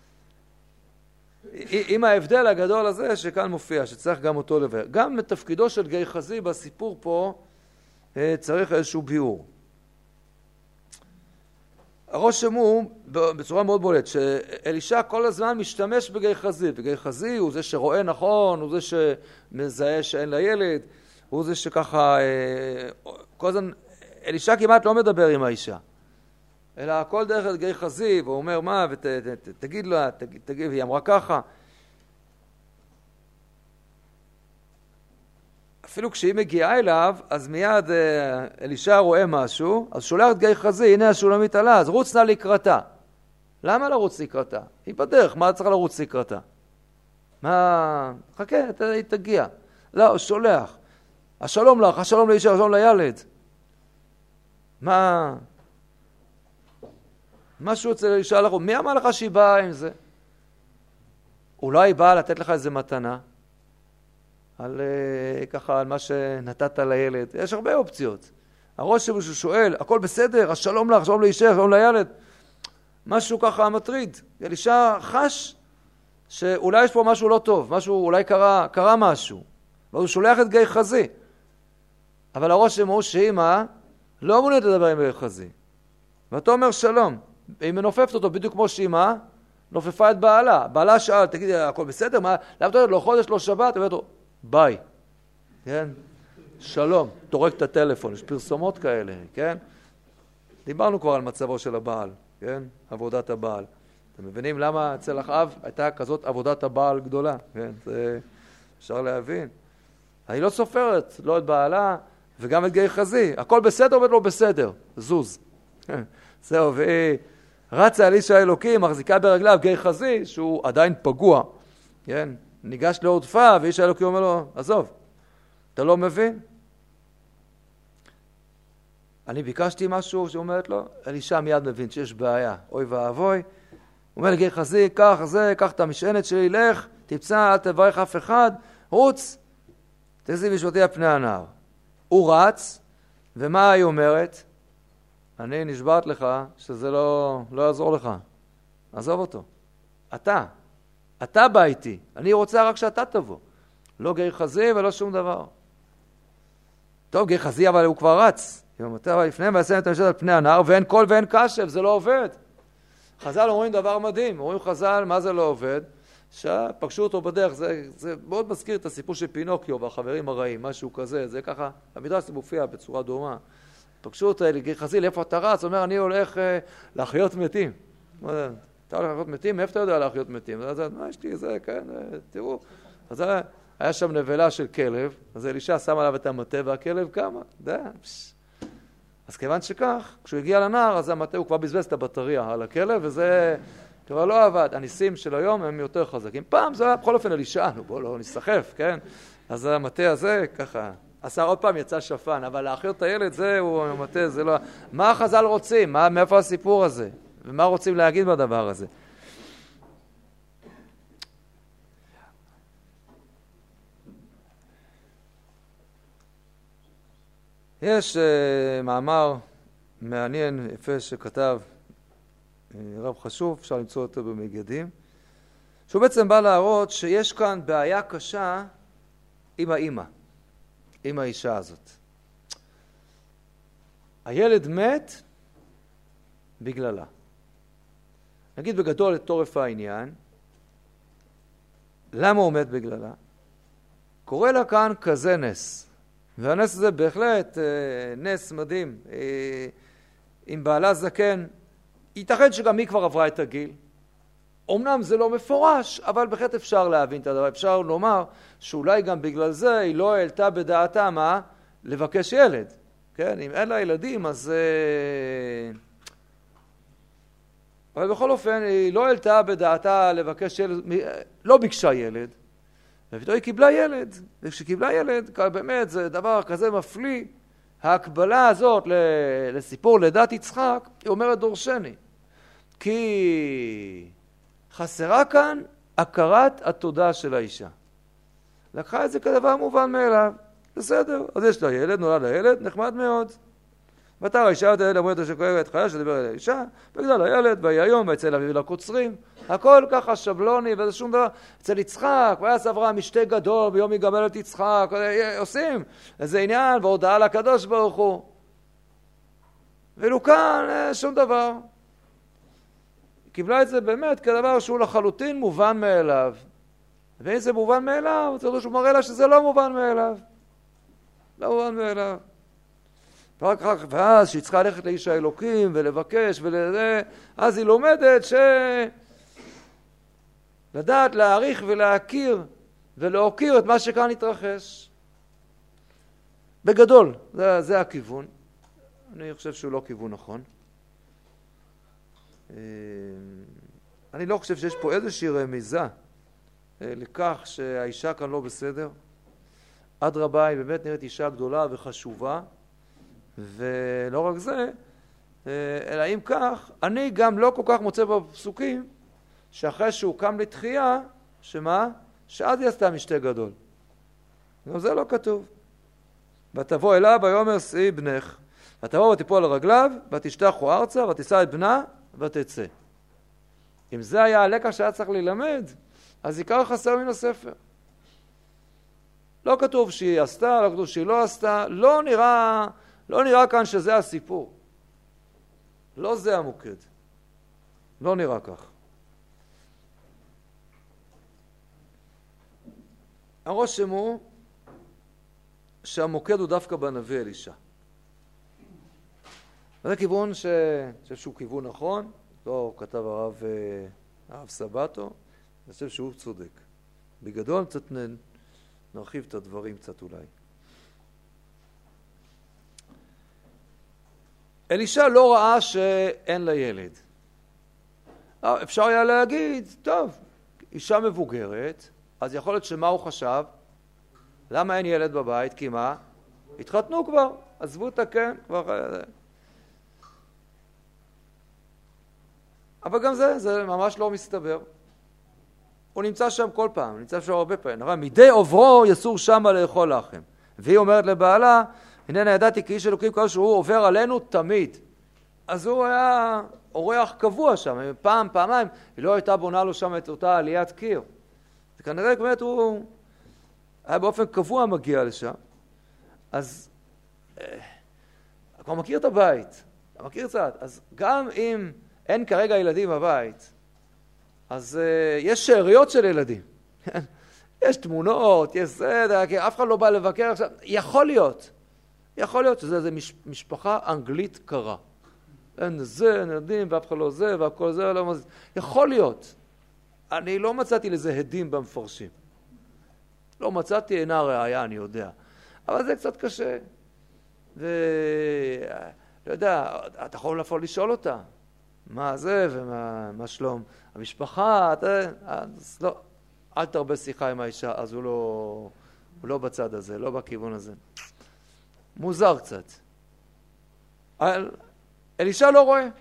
עם ההבדל הגדול הזה שכאן מופיע, שצריך גם אותו לבאר. גם מתפקידו של גיחזי בסיפור פה, צריך איזשהו ביאור. הרושם הוא, בצורה מאוד בולט, שאלישע כל הזמן משתמש בגיחזי, וגיחזי הוא זה שרואה נכון, הוא זה שמזהה שאין לה ילד, הוא זה שככה, כל הזמן, אלישע כמעט לא מדבר עם האישה, אלא הכל דרך גיחזי, והוא אומר מה, ותגיד לה, תגיד, והיא אמרה ככה. אפילו כשהיא מגיעה אליו, אז מיד אלישע רואה משהו, אז שולח את גיחזי, הנה השולמית עלה, אז רוץ נא לקראתה. למה לרוץ לקראתה? היא בדרך, מה צריך לרוץ לקראתה? מה? חכה, היא תגיע. לא, שולח. השלום לך, השלום לאישה, השלום לילד. מה? משהו אצל אלישע לך, מי אמר לך שהיא באה עם זה? אולי היא באה לתת לך איזה מתנה? על ככה, על מה שנתת לילד. יש הרבה אופציות. הראש שהוא שואל, הכל בסדר, השלום לך, השלום לאישה, השלום לילד. משהו ככה מטריד. אלישע חש שאולי יש פה משהו לא טוב, משהו, אולי קרה משהו. והוא שולח את גיחזי. אבל הראש הוא שאמא לא מעוניינת לדבר עם גיחזי. ואתה אומר שלום. היא מנופפת אותו בדיוק כמו שאמא נופפה את בעלה. בעלה שאל, תגידי, הכל בסדר? מה? למה אתה אומר, לא חודש, לא שבת? היא אומרת לו, ביי. כן? שלום. תורק את הטלפון. יש פרסומות כאלה, כן? דיברנו כבר על מצבו של הבעל, כן? עבודת הבעל. אתם מבינים למה אצל אחאב הייתה כזאת עבודת הבעל גדולה? כן? זה אפשר להבין. אני לא סופרת, לא את בעלה וגם את גיחזי. הכל בסדר או לא בסדר? זוז. זהו, והיא רצה על איש האלוקים, מחזיקה ברגליו גיחזי, שהוא עדיין פגוע. כן? ניגש לעודפה, ואיש האלוקים אומר לו, עזוב, אתה לא מבין? אני ביקשתי משהו שאומרת לו, אלישע מיד מבין שיש בעיה, אוי ואבוי. הוא אומר לגיחזי, קח את המשענת שלי, לך, תפצע, אל תברך אף אחד, רוץ, תזי בשבתי על פני הנהר. הוא רץ, ומה היא אומרת? אני נשבעת לך שזה לא יעזור לך. עזוב אותו. אתה בא איתי. אני רוצה רק שאתה תבוא. לא גיחזי ולא שום דבר. טוב, גיחזי, אבל הוא כבר רץ. יומתה לפניהם וישם את המשענת על פני הנהר, ואין קול ואין קשב, זה לא עובד. חז"ל אומרים דבר מדהים. אומרים חז"ל, מה זה לא עובד? שפגשו אותו בדרך, זה מאוד מזכיר את הסיפור של פינוקיו והחברים הרעים, משהו כזה, זה ככה, המדרש זה מופיע בצורה דומה. פגשו אותו גיחזי, לאיפה אתה רץ? הוא אומר, אני הולך להחיות מתים. אתה הולך להחיות מתים? מאיפה אתה יודע להחיות מתים? אז מה יש לי? זה, כן, תראו. אז היה שם נבלה של כלב, אז אלישע שם עליו את המטה והכלב קמה. אז כיוון שכך, כשהוא הגיע לנהר, אז המטה הוא כבר בזבז את הבטריה על הכלב, וזה כבר לא עבד. הניסים של היום הם יותר חזקים. פעם זה היה בכל אופן אלישע, בואו לא נסחף, כן? אז המטה הזה ככה, עשה עוד פעם יצא שפן, אבל להחיות את הילד זהו, המטה, זה לא... מה החז"ל רוצים? מאיפה הסיפור הזה? ומה רוצים להגיד בדבר הזה? יש מאמר מעניין, יפה, שכתב רב חשוב, אפשר למצוא אותו במגדים, שהוא בעצם בא להראות שיש כאן בעיה קשה עם האמא, עם האישה הזאת. הילד מת בגללה. נגיד בגדול את תורף העניין, למה הוא מת בגללה? קורא לה כאן כזה נס. והנס הזה בהחלט נס מדהים. עם בעלה זקן, ייתכן שגם היא כבר עברה את הגיל. אמנם זה לא מפורש, אבל בהחלט אפשר להבין את הדבר. אפשר לומר שאולי גם בגלל זה היא לא העלתה בדעתה מה? לבקש ילד. כן? אם אין לה ילדים, אז... אבל בכל אופן, היא לא העלתה בדעתה לבקש ילד, לא ביקשה ילד. ופתאום היא קיבלה ילד, וכשקיבלה ילד, באמת זה דבר כזה מפליא, ההקבלה הזאת לסיפור לידת יצחק, היא אומרת דורשני. כי חסרה כאן הכרת התודה של האישה. לקחה את זה כדבר מובן מאליו. בסדר, אז יש לה ילד, נולד לילד, נחמד מאוד. ותרא האישה את הילד אמרת אשר כואבת חיה שדיבר אל האישה, בגלל הילד, ויהי היום, ויצא אביו לקוצרים. הכל ככה שבלוני, וזה שום דבר. אצל יצחק, ויעש אברהם משתה גדול, ביום יגמל את יצחק, עושים איזה עניין, והודעה לקדוש ברוך הוא. ואילו כאן, שום דבר. קיבלה את זה באמת כדבר שהוא לחלוטין מובן מאליו. ואם זה מובן מאליו, צריך שהוא מראה לה שזה לא מובן מאליו. לא מובן מאליו. ואז שהיא צריכה ללכת לאיש האלוקים ולבקש ולזה, אז היא לומדת לדעת להעריך ולהכיר ולהוקיר את מה שכאן התרחש. בגדול, זה הכיוון. אני חושב שהוא לא כיוון נכון. אני לא חושב שיש פה איזושהי רמיזה לכך שהאישה כאן לא בסדר. אדרבה, היא באמת נראית אישה גדולה וחשובה, ולא רק זה, אלא אם כך, אני גם לא כל כך מוצא בפסוקים שאחרי שהוא קם לתחייה, שמה? שאז היא עשתה משתה גדול. גם זה לא כתוב. ותבוא אליו ויאמר שאי בנך, ותבוא ותיפול על רגליו, ותשתחו ארצה, ותישא את בנה, ותצא. אם זה היה הלקח שהיה צריך ללמד, אז עיקר חסר מן הספר. לא כתוב שהיא עשתה, לא כתוב שהיא לא עשתה, לא נראה כאן שזה הסיפור. לא זה המוקד. לא נראה כך. הרושם הוא שהמוקד הוא דווקא בנביא אלישע. זה כיוון שהוא כיוון נכון, לא כתב הרב סבתו, אני חושב שהוא צודק. בגדול קצת נרחיב את הדברים קצת אולי. אלישע לא ראה שאין לה ילד. אפשר היה להגיד, טוב, אישה מבוגרת, אז יכול להיות שמה הוא חשב? למה אין ילד בבית? כי מה? התחתנו כבר, עזבו את הכן, כבר... אבל גם זה ממש לא מסתבר. הוא נמצא שם כל פעם, נמצא שם הרבה פעמים. אבל מדי עוברו יסור שמה לאכול לכם. והיא אומרת לבעלה, הננה ידעתי כי איש אלוקים כל שהוא עובר עלינו תמיד. אז הוא היה אורח קבוע שם, פעמיים, היא לא הייתה בונה לו שם את אותה עליית קיר. זה כנראה באמת הוא היה באופן קבוע מגיע לשם. אז כבר מכיר את הבית, מכיר קצת, אז גם אם אין כרגע ילדים בבית, אז יש שאריות של ילדים. יש תמונות, יש סדר, כי אף אחד לא בא לבקר עכשיו. יכול להיות שזה משפחה אנגלית קרה. אין זה, אין ילדים, ואף אחד לא זה, והכל זה, לא מז... יכול להיות. אני לא מצאתי לזה הדים במפרשים. לא מצאתי, אינה ראיה, אני יודע. אבל זה קצת קשה. לא יודע, אתה יכול לפעול לשאול אותה. מה זה ומה שלום המשפחה, אז לא, אל תרבה שיחה עם האישה, אז הוא לא בצד הזה, לא בכיוון הזה. מוזר קצת. אלישע לא רואה.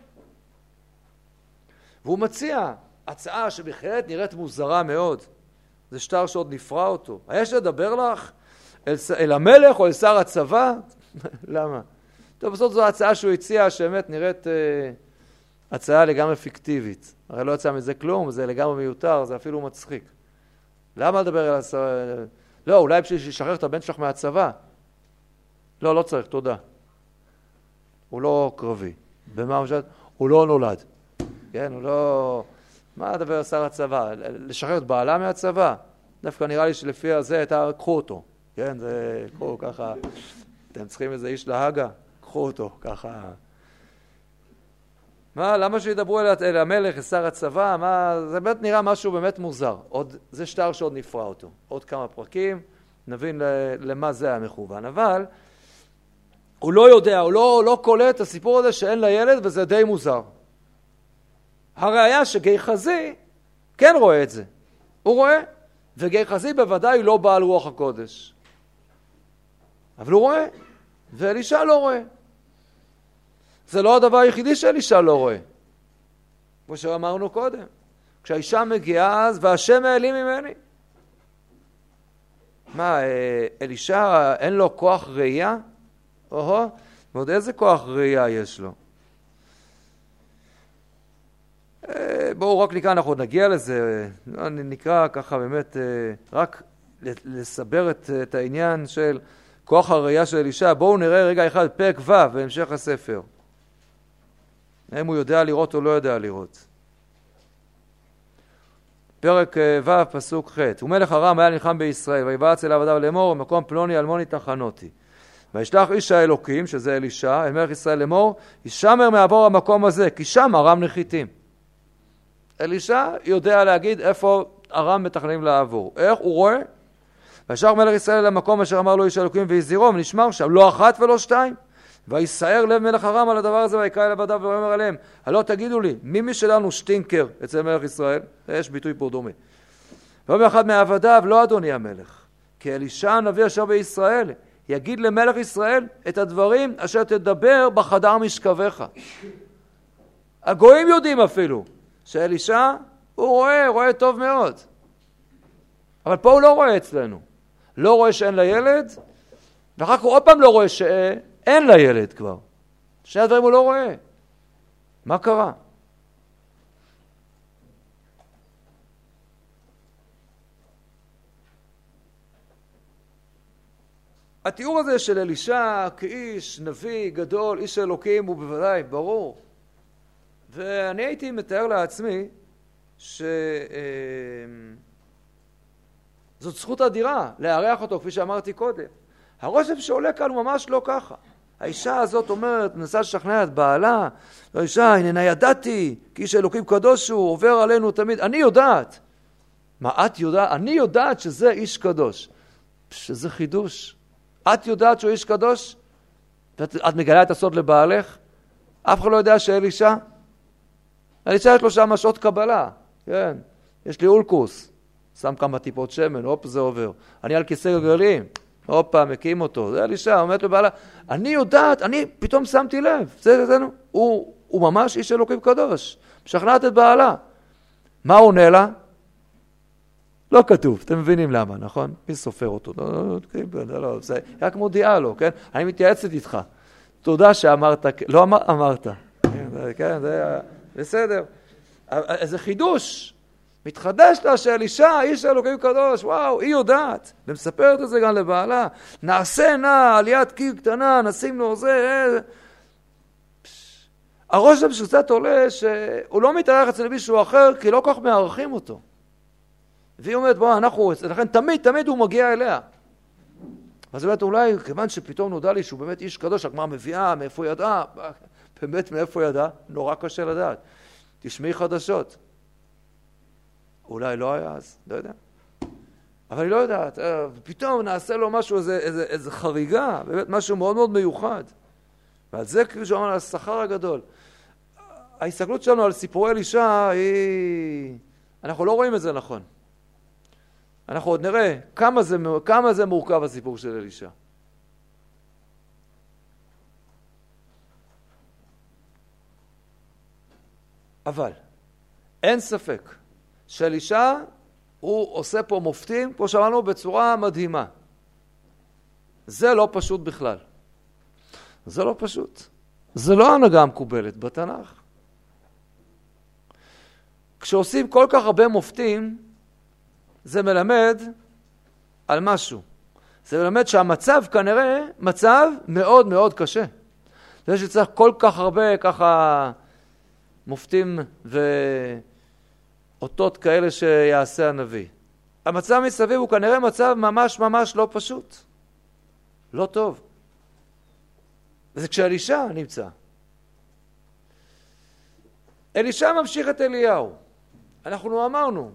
והוא מציע הצעה שבכלל נראית מוזרה מאוד. זה שטר שעוד נפרע אותו. יש לדבר לך אל המלך או אל שר הצבא? למה? טוב, בסוף זו הצעה שהוא הציע שבאמת נראית... הצעה לגמרי פיקטיבית. הרי לא יצא מזה כלום, זה לגמרי מיותר, זה אפילו מצחיק. למה לדבר על הצבא? לא, אולי בשביל שישחרר את הבן שלך מהצבא. לא צריך, תודה. הוא לא קרבי. במה הוא משל? הוא לא נולד. כן, הוא לא... מה לדבר על שר הצבא? לשחרר את בעלה מהצבא? דווקא נראה לי שלפי הזה קחו אותו. כן, זה קחו ככה. אתם צריכים איזה איש להגה? קחו אותו ככה. למה שידברו אל המלך, אל שר הצבא? זה באמת נראה משהו באמת מוזר. זה שטר שעוד נפרע אותו. עוד כמה פרקים, נבין למה זה היה מכוון. אבל הוא לא יודע, הוא לא קולט את הסיפור הזה שאין לה ילד, וזה די מוזר. הראיה שגיחזי כן רואה את זה. הוא רואה, וגיחזי בוודאי לא בעל רוח הקודש. אבל הוא רואה, ואלישע לא רואה. זה לא הדבר היחידי שאלישע לא רואה. כמו שאמרנו קודם. כשהאישה מגיעה אז, והשם העלים ממני. מה, אלישע אין לו כוח ראייה? ועוד איזה כוח ראייה יש לו? בואו רק נקרא, אנחנו נגיע לזה, נקרא ככה באמת, רק לסבר את העניין של כוח הראייה של אלישע. בואו נראה רגע אחד פרק ו' בהמשך הספר. האם הוא יודע לראות או לא יודע לראות. פרק ו' פסוק ח' ומלך ארם היה נלחם בישראל, ויבעץ אל עבדיו לאמור, במקום פלוני אלמוני תחנותי. וישלח איש האלוקים, שזה אלישע, אל מלך ישראל לאמור, ישמר מעבור המקום הזה, כי שם ארם נחיתים. אלישע יודע להגיד איפה ארם מתכננים לעבור. איך? הוא רואה. וישלח מלך ישראל למקום אשר אמר לו איש האלוקים והזהירו, ונשמר שם, לא אחת ולא שתיים. ויסער לב מלך ארם על הדבר הזה, ויקרא אל עבדיו ואומר עליהם, הלא תגידו לי, מי שלנו שטינקר אצל מלך ישראל? יש ביטוי פה דומה. ואומר אחד מעבדיו, לא אדוני המלך, כי אלישע הנביא אשר בישראל, יגיד למלך ישראל את הדברים אשר תדבר בחדר משכבך. הגויים יודעים אפילו שאלישע הוא רואה טוב מאוד. אבל פה הוא לא רואה אצלנו. לא רואה שאין לה ילד, ואחר כך הוא עוד פעם לא רואה שאין לה ילד כבר. שני הדברים הוא לא רואה. מה קרה? התיאור הזה של אלישע כאיש נביא גדול, איש אלוקים, הוא בוודאי ברור. ואני הייתי מתאר לעצמי שזאת זכות אדירה לארח אותו, כפי שאמרתי קודם. הרושם שעולה כאן הוא ממש לא ככה. האישה הזאת אומרת, מנסה לשכנע את בעלה, האישה, הנה ידעתי, כי איש אלוקים קדוש הוא, עובר עלינו תמיד. אני יודעת. מה את יודעת? אני יודעת שזה איש קדוש. שזה חידוש. את יודעת שהוא איש קדוש? ואת מגלה את הסוד לבעלך? אף אחד לא יודע שאלישע? אלישע יש לו שם שעות קבלה. כן. יש לי אולקוס. שם כמה טיפות שמן, הופ, זה עובר. אני על כיסא גלגלים. הופה, מקים אותו. זה אלישע, אומרת לבעלה. אני יודעת, אני פתאום שמתי לב. הוא ממש איש אלוקים קדוש. משכנעת את בעלה. מה הוא עונה לה? לא כתוב, אתם מבינים למה, נכון? מי סופר אותו? לא, זה רק מודיעה לו, כן? אני מתייעצת איתך. תודה שאמרת, לא אמרת. כן, זה בסדר. זה חידוש. מתחדש לה שאלישע, איש אלוקים קדוש, וואו, היא יודעת. ומספרת את זה גם לבעלה. נעשה נע, עליית קיר קטנה, נשים לו זה. הראש שם שקצת עולה שהוא לא מתארח אצל מישהו אחר, כי לא כל כך מערכים אותו. והיא אומרת, בוא, לכן תמיד הוא מגיע אליה. אז באמת אולי, כיוון שפתאום נודע לי שהוא באמת איש קדוש, הגמרא מביאה, מאיפה ידעה? באמת מאיפה ידעה? נורא קשה לדעת. תשמעי חדשות. אולי לא היה אז, לא יודע. אבל היא לא יודעת. פתאום נעשה לו משהו, איזה חריגה, באמת משהו מאוד מאוד מיוחד. ועל זה כאילו שאומר על השכר הגדול. ההסתכלות שלנו על סיפורי אלישע היא... אנחנו לא רואים את זה נכון. אנחנו עוד נראה כמה זה מורכב הסיפור של אלישע. אבל אין ספק שאלישע הוא עושה פה מופתים, כמו שאמרנו, בצורה מדהימה. זה לא פשוט בכלל. זה לא פשוט. זה לא הנהגה המקובלת בתנ"ך. כשעושים כל כך הרבה מופתים, זה מלמד על משהו. זה מלמד שהמצב כנראה מצב מאוד מאוד קשה. זה שצריך כל כך הרבה ככה מופתים ואותות כאלה שיעשה הנביא. המצב מסביב הוא כנראה מצב ממש ממש לא פשוט. לא טוב. וזה כשאלישע נמצא. אלישע ממשיך את אליהו. אנחנו אמרנו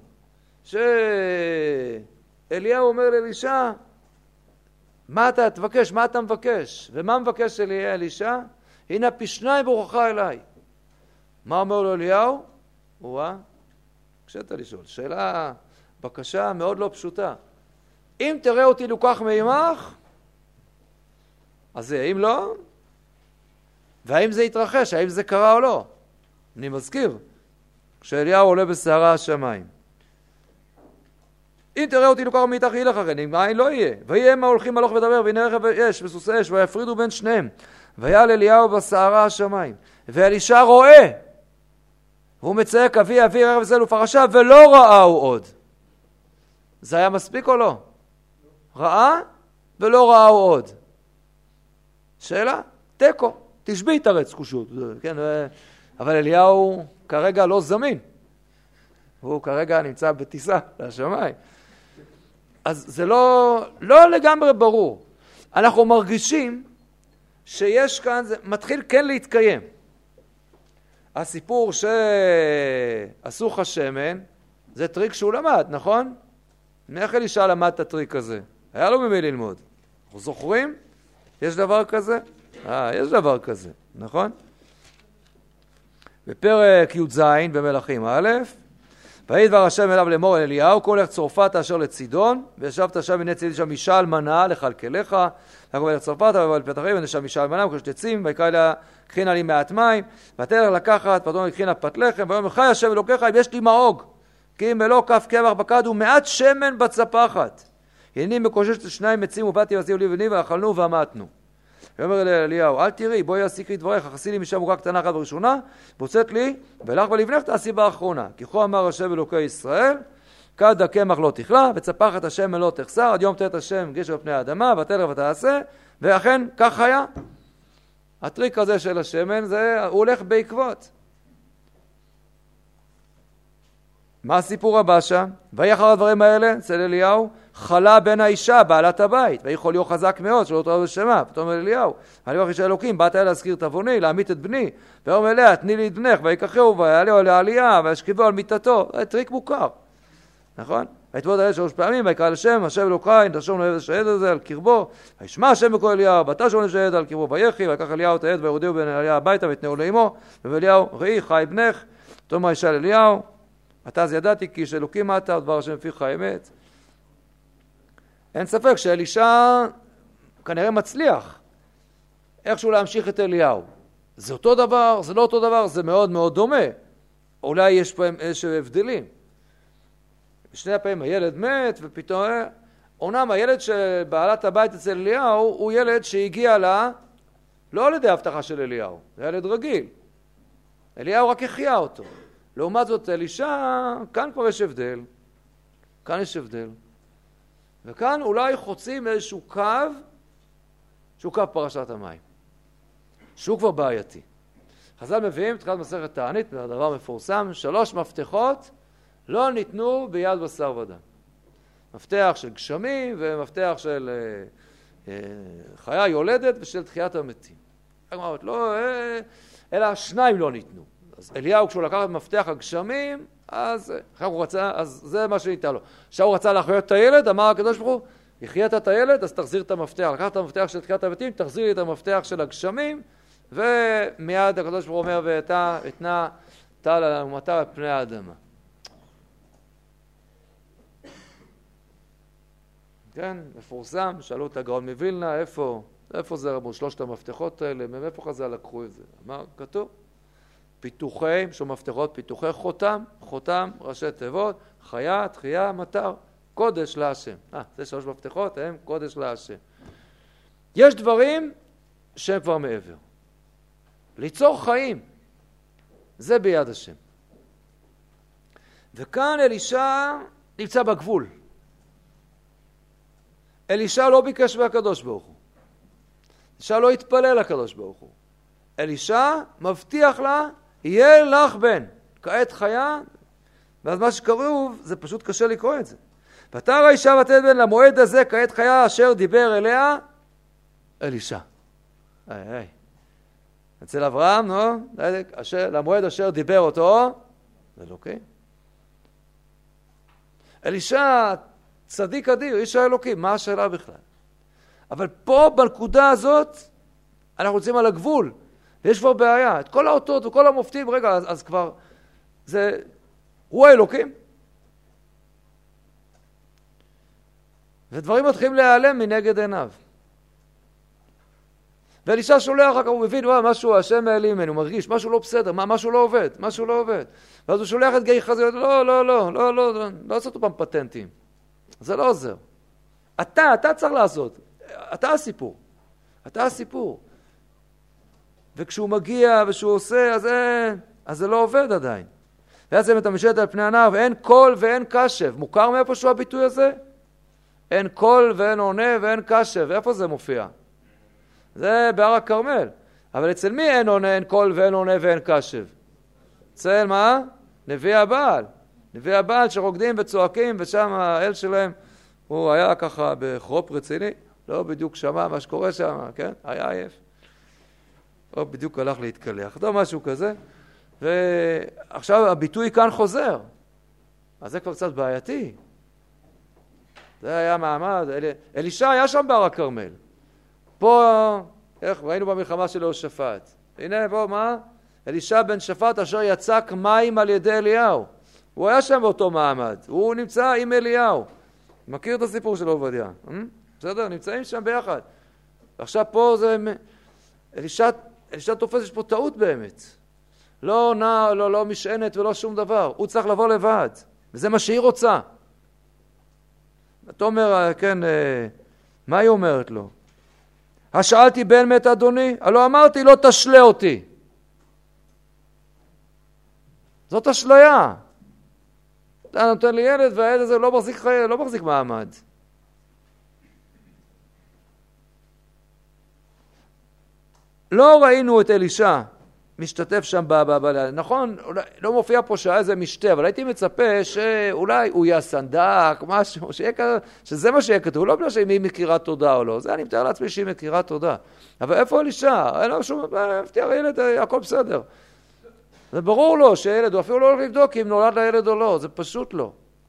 שאליהו אומר לאלישע, מה אתה תבקש? מה אתה מבקש? ומה מבקש אלישע? הנה פי שניים ברכה אליי. מה אומר לו אליהו? קשת לשאול. שאלה, בקשה מאוד לא פשוטה. אם תראה אותי לוקח מעמך, אז אם לא, והאם זה יתרחש, האם זה קרה או לא? אני מזכיר, כשאליהו עולה בסערה השמיים. אם תראה אותי לוקח מאיתך ילך אחרי, אם אין לא יהיה. ויהיה הם ההולכים הלוך ודבר, והנה רכב אש וסוסי אש, ויפרידו בין שניהם. ויעל אליהו בסערה השמיים. ואלישע רואה, והוא מצייק אבי אבי רכב זל ופרשה, ולא ראהו עוד. זה היה מספיק או לא? ראה ולא ראהו עוד. שאלה? תיקו. תשבי תרץ קושות. כן, אבל אליהו כרגע לא זמין. הוא כרגע נמצא בטיסה לשמיים. אז זה לא לגמרי ברור. אנחנו מרגישים שיש כאן, זה מתחיל כן להתקיים. הסיפור שעשו לך שמן, זה טריק שהוא למד, נכון? מאיך אלישע למד את הטריק הזה? היה לו ממי ללמוד. אנחנו זוכרים? יש דבר כזה? יש דבר כזה, נכון? בפרק י"ז במלכים א', ויהי דבר השם אליו לאמור אל אליהו, כל לך צרפת אשר לצידון, וישבת שם הנה צידי שם אישה אלמנה לכלכלך, ויבוא אל צרפת ויבוא אל פתח העיר, והנה שם אישה אלמנה וכשת עצים, ויקרא אליה קחי נא לי מעט מים, ותלך לקחת, ותאמר קחי נא פת לחם, ויאמר חי השם אלוקיך אם יש לי מאוג, כי אם מלוא כף קמח בכד ומעט שמן בצפחת. הנני מקושש שניים עצים ובאתי ועשיהו לי ובני ואכלנו ואמתנו. ויאמר אל אליהו, אל תראי, בואי עשיקי דבריך, חסי לי משם עוגה קטנה אחת בראשונה, והוצאת לי, ולך ולבנך תעשי באחרונה. כי כה אמר השם אלוקי ישראל, כד הקמח לא תכלה, וצפחת השמן לא תחסר, עד יום תת השם גשם על פני האדמה, ותלך ותעשה, ואכן כך היה. הטריק הזה של השמן, הוא הולך בעקבות. מה הסיפור הבא שם? ויהי אחר הדברים האלה, אצל אליהו, חלה בן האישה, בעלת הבית, ויהי חוליו חזק מאוד, שלא תראה בשמה, פתאום אליהו, אני אומר איש האלוקים, באת אליי להזכיר את עווני, להמית את בני, ואומר אליה, תני לי את בנך, ויקחהו, ויעלהו לעלייה, וישכבו על מיטתו, זה טריק מוכר, נכון? ויתבוד עליה 3 פעמים, ויקרא לשם, השם אלוקי, נתרשום לו לשהד הזה על קרבו, וישמע השם בקול אליהו, ותשום לשהד על קרבו, ויחי, ויקח אליהו את העד, וירודהו בן אליה הביתה, ויתנהו לאמו, ואליהו, ראי, חי בנך, תאמר האישה לאליהו, אתה אז ידעתי כי איש אלוקים אתה, ודבר השם פיך האמת. אין ספק שאלישע כנראה מצליח איכשהו להמשיך את אליהו. זה אותו דבר, זה לא אותו דבר, זה מאוד מאוד דומה. אולי יש פה איזשהו הבדלים. בשני הפעמים הילד מת ופתאום, אומנם הילד שבעלת הבית אצל אליהו הוא ילד שהגיע לה לא על ידי הבטחה של אליהו, זה ילד רגיל. אליהו רק החיה אותו. לעומת זאת אלישע, כאן כבר יש הבדל. כאן יש הבדל. וכאן אולי חוצים איזשהו קו, שהוא קו פרשת המים. שהוא כבר בעייתי. חז"ל מביאים, תחילת מסכת תענית, זה הדבר מפורסם, 3 מפתחות לא ניתנו ביד בשר ודם. מפתח של גשמים ומפתח של חיה יולדת ושל תחיית המתים. לא, אלא 2 לא ניתנו. אז אליהו כשהוא לקח את מפתח הגשמים, אז זה מה שניתן לו. עכשיו הוא רצה להחיות את הילד, אמר הקדוש ברוך הוא, החיית את הילד, אז תחזיר את המפתח. לקח את המפתח של תחיית המתים, תחזיר לי את המפתח של הגשמים, ומיד הקדוש ברוך הוא אומר, ואתנה טל על אומתה על פני האדמה. כן, מפורסם, שאלו את הגאון מווילנה, איפה זה רבו 3 המפתחות האלה, מאיפה חז"ל לקחו את זה? אמר, כתוב. פיתוחי, שום מפתחות, פיתוחי חותם, ראשי תיבות, חיה, תחייה, מטר, קודש להשם. זה 3 מפתחות, הם קודש להשם. יש דברים שהם כבר מעבר. ליצור חיים, זה ביד השם. וכאן אלישע נמצא בגבול. אלישע לא ביקש מהקדוש ברוך הוא. אלישע לא התפלל לקדוש ברוך הוא. אלישע מבטיח לה, יהיה לך בן, כעת חיה, ואז מה שקראו, זה פשוט קשה לקרוא את זה. ותרא האישה ותלד בן למועד הזה, כעת חיה אשר דיבר אליה, אלישע. אצל אברהם, למועד אשר דיבר אותו, זה לא כן. אלישע, צדיק אדיר, איש האלוקים, מה השאלה בכלל? אבל פה, בנקודה הזאת, אנחנו רוצים על הגבול, ויש כבר בעיה, את כל האותות וכל המופתים, רגע, אז כבר, הוא האלוקים. ודברים מתחילים להיעלם מנגד עיניו. ואלישע שולח, רק הוא מבין, משהו, השם העלים ממנו, הוא מרגיש, משהו לא בסדר, משהו לא עובד, משהו לא עובד. ואז הוא שולח את גיחזי, לא לעשות אותם פטנטים. זה לא עוזר. אתה צריך לעשות. אתה הסיפור. וכשהוא מגיע ושהוא עושה, אז זה לא עובד עדיין. ואז הם מתמשת על פני הנהר, ואין קול ואין קשב. מוכר מאיפה שהוא הביטוי הזה? אין קול ואין עונה ואין קשב. איפה זה מופיע? זה בהר הכרמל. אבל אצל מי אין עונה, אין קול ואין עונה ואין קשב? אצל מה? נביא הבעל. נביא הבעל שרוקדים וצועקים, ושם האל שלהם, הוא היה ככה בחרופ רציני, לא בדיוק שמע מה שקורה שם, כן? היה עייף. או בדיוק הלך להתקלח. לא משהו כזה. ועכשיו הביטוי כאן חוזר. אז זה כבר קצת בעייתי. זה היה מעמד. אלישע היה שם בהר הכרמל. פה, איך ראינו במלחמה של יהושפט. הנה פה מה? אלישע בן שפט אשר יצק מים על ידי אליהו. הוא היה שם באותו מעמד. הוא נמצא עם אליהו. מכיר את הסיפור של עובדיה? בסדר? נמצאים שם ביחד. עכשיו פה זה... אלישע תופס, יש פה טעות באמת. לא עונה, לא משענת ולא שום דבר. הוא צריך לבוא לבד. וזה מה שהיא רוצה. אתה אומר, כן, מה היא אומרת לו? השאלתי בן מת אדוני? הלא אמרתי, לא תשלה אותי. זאת אשליה. אתה נותן לי ילד, והילד הזה לא מחזיק מעמד. לא ראינו את אלישע משתתף שם נכון, לא מופיע פה שהיה איזה משתה, אבל הייתי מצפה שאולי הוא יהיה סנדק, משהו, שזה מה שיהיה כתוב, לא בגלל שהיא מכירה תודה או לא, זה אני מתאר לעצמי שהיא מכירה תודה. אבל איפה אלישע? אין לו שום, הפתיע הילד, הכל בסדר. זה ברור לו שילד, הוא אפילו לא הולך לבדוק אם נולד לילד או לא, זה פשוט לא.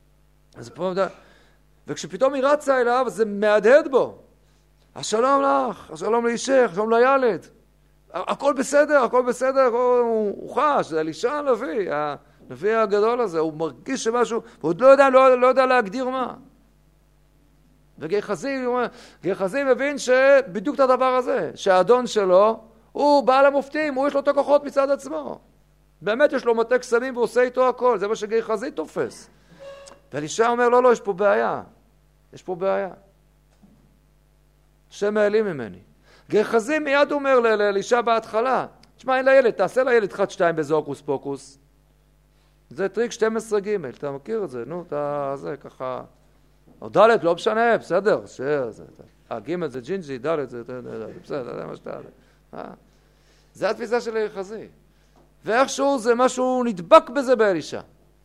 וכשפתאום היא רצה אליו, זה מהדהד בו. השלום לך, השלום לאישך, השלום לילד. הכל בסדר, הוא חש, זה אלישע הנביא, הנביא הגדול הזה, הוא מרגיש שמשהו, הוא עוד לא יודע להגדיר מה. וגחזי מבין שבדיוק את הדבר הזה, שהאדון שלו, הוא בעל המופתים, הוא יש לו את הכוחות מצד עצמו. באמת יש לו מטה קסמים והוא עושה איתו הכל, זה מה שגחזי תופס. ואלישע אומר, לא, יש פה בעיה. השם העלים ממני. גחזי מיד אומר לאלישע בהתחלה, תשמע, אין לילד, תעשה לילד 1-2 באיזה הוקוס פוקוס. זה טריק 12ג', אתה מכיר את זה? נו, זה ככה... או ד' לא משנה, בסדר, ג' זה ג'ינג'י, ד' זה בסדר, זה מה שאתה... זה התפיסה של גחזי. ואיכשהו זה משהו נדבק בזה באלישע.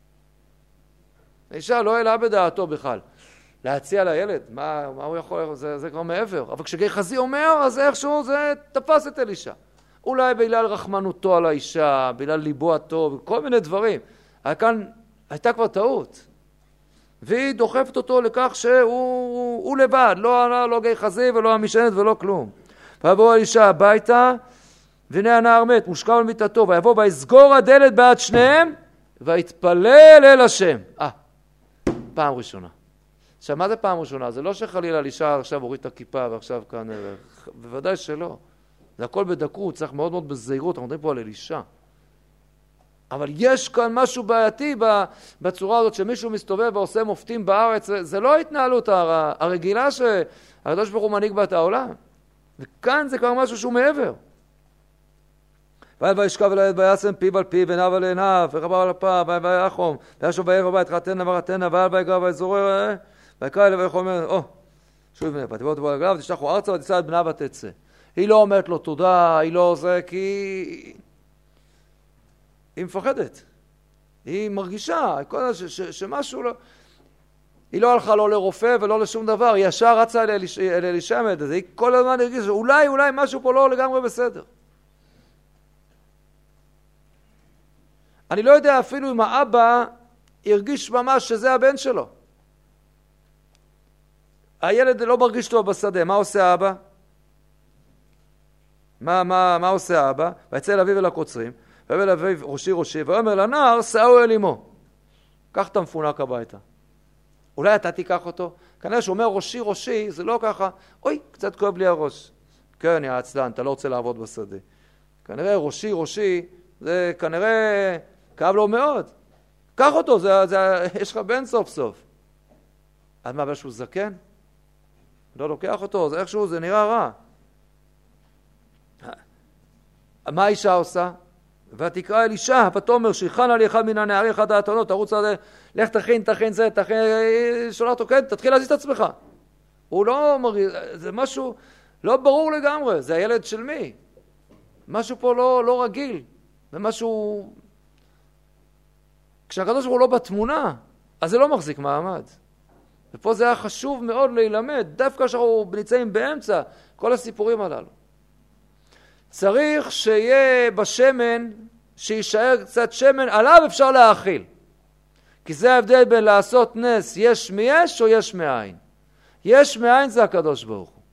אלישע לא העלה בדעתו בכלל. להציע לילד, מה הוא יכול, זה כבר מעבר. אבל כשגחזי אומר, אז איכשהו זה תפס את אלישע. אולי בגלל רחמנותו על האישה, בגלל ליבו הטוב, כל מיני דברים. כאן הייתה כבר טעות. והיא דוחפת אותו לכך שהוא לבד, לא גחזי ולא המשענת ולא כלום. ויבוא אלישע הביתה, והנה הנער מת, מושכב על מיטתו, ויבוא ויסגור הדלת בעד שניהם, ויתפלל אל השם. פעם ראשונה. עכשיו, מה זה פעם ראשונה? זה לא שחלילה אלישע עכשיו הוריד את הכיפה ועכשיו כאן, בוודאי שלא. זה הכל בדקות, צריך מאוד מאוד בזהירות, אנחנו מדברים פה על אלישע. אבל יש כאן משהו בעייתי בצורה הזאת שמישהו מסתובב ועושה מופתים בארץ, זה לא ההתנהלות הרגילה שהקדוש ברוך הוא מנהיג בה את העולם. וכאן זה כבר משהו שהוא מעבר. וישכב אל הילד וישם פיו על פיו עיניו על עיניו ורבב על אפיו ויחום וישוב וילך בבית חתנה ורתנה ועל ויגע ויזורר ויקרא אליו ויאמר שוב יבנה ותבוא תבוא לגביו ותשלחו ארצה ותישא את בנה ותצא. היא לא אומרת לו תודה, היא לא זה, כי היא מפחדת. היא מרגישה שמשהו לא... היא לא הלכה לא לרופא ולא לשום דבר, היא ישר רצה אל אלישע. היא כל הזמן הרגישה שאולי משהו פה לא לגמרי בסדר. אני לא יודע אפילו אם האבא הרגיש ממש שזה הבן שלו. הילד לא מרגיש טוב בשדה, מה עושה האבא? מה עושה האבא? ויצא אל אביו אל הקוצרים, ויבוא אל אביו ראשי, ויאמר לנער, שאו אל אמו. קח את המפונק הביתה. אולי אתה תיקח אותו? כנראה שאומר ראשי, זה לא ככה, אוי, קצת כואב לי הראש. כן, יא עצלן, אתה לא רוצה לעבוד בשדה. כנראה ראשי, זה כנראה כאב לו מאוד. קח אותו, יש לך בן סוף סוף. אז מה, אבל שהוא זקן? לא לוקח אותו, זה איכשהו, זה נראה רע. מה האישה עושה? ותקרא אל אישה, ותאמר שיכן על אחד מן הנערי אחד האתונות, תרוץ על זה, לך תכין זה, שולח אותו, כן, תתחיל להזיז את עצמך. הוא לא מרגיש, זה משהו לא ברור לגמרי, זה הילד של מי? משהו פה לא רגיל, זה משהו... כשהקדוש ברוך הוא לא בתמונה, אז זה לא מחזיק מעמד. ופה זה היה חשוב מאוד להילמד, דווקא כשאנחנו נמצאים באמצע כל הסיפורים הללו. צריך שיהיה בשמן, שישאר קצת שמן, עליו אפשר להאכיל. כי זה ההבדל בין לעשות נס, יש מיש או יש מאין. יש מאין זה הקדוש ברוך הוא.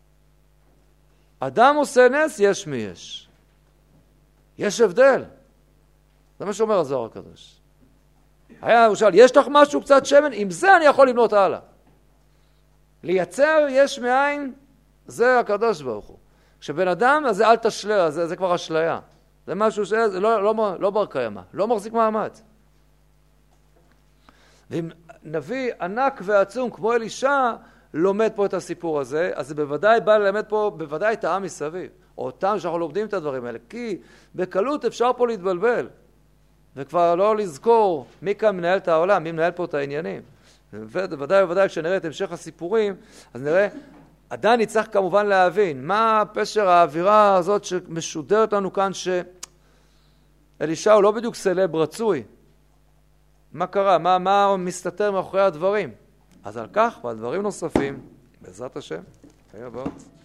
אדם עושה נס, יש מיש. יש הבדל. זה מה שאומר הזוהר הקדוש. הוא שאל, יש לך משהו קצת שמן? עם זה אני יכול לבנות הלאה. לייצר יש מאין, זה הקדוש ברוך הוא. כשבן אדם, אז זה אל תשלה, זה כבר אשליה. זה משהו שזה לא בר קיימא, לא מחזיק מעמד. ואם נביא ענק ועצום כמו אלישע לומד פה את הסיפור הזה, אז זה בוודאי בא ללמד פה בוודאי את העם מסביב, או אותם שאנחנו לומדים את הדברים האלה, כי בקלות אפשר פה להתבלבל, וכבר לא לזכור מי כאן מנהל את העולם, מי מנהל פה את העניינים. ובוודאי כשנראה את המשך הסיפורים, אז נראה, עדיין נצטרך כמובן להבין מה פשר האווירה הזאת שמשודרת לנו כאן, שאלישע הוא לא בדיוק סלב רצוי. מה קרה? מה מסתתר מאחורי הדברים? אז על כך ועל דברים נוספים, בעזרת השם, חיי הבאות.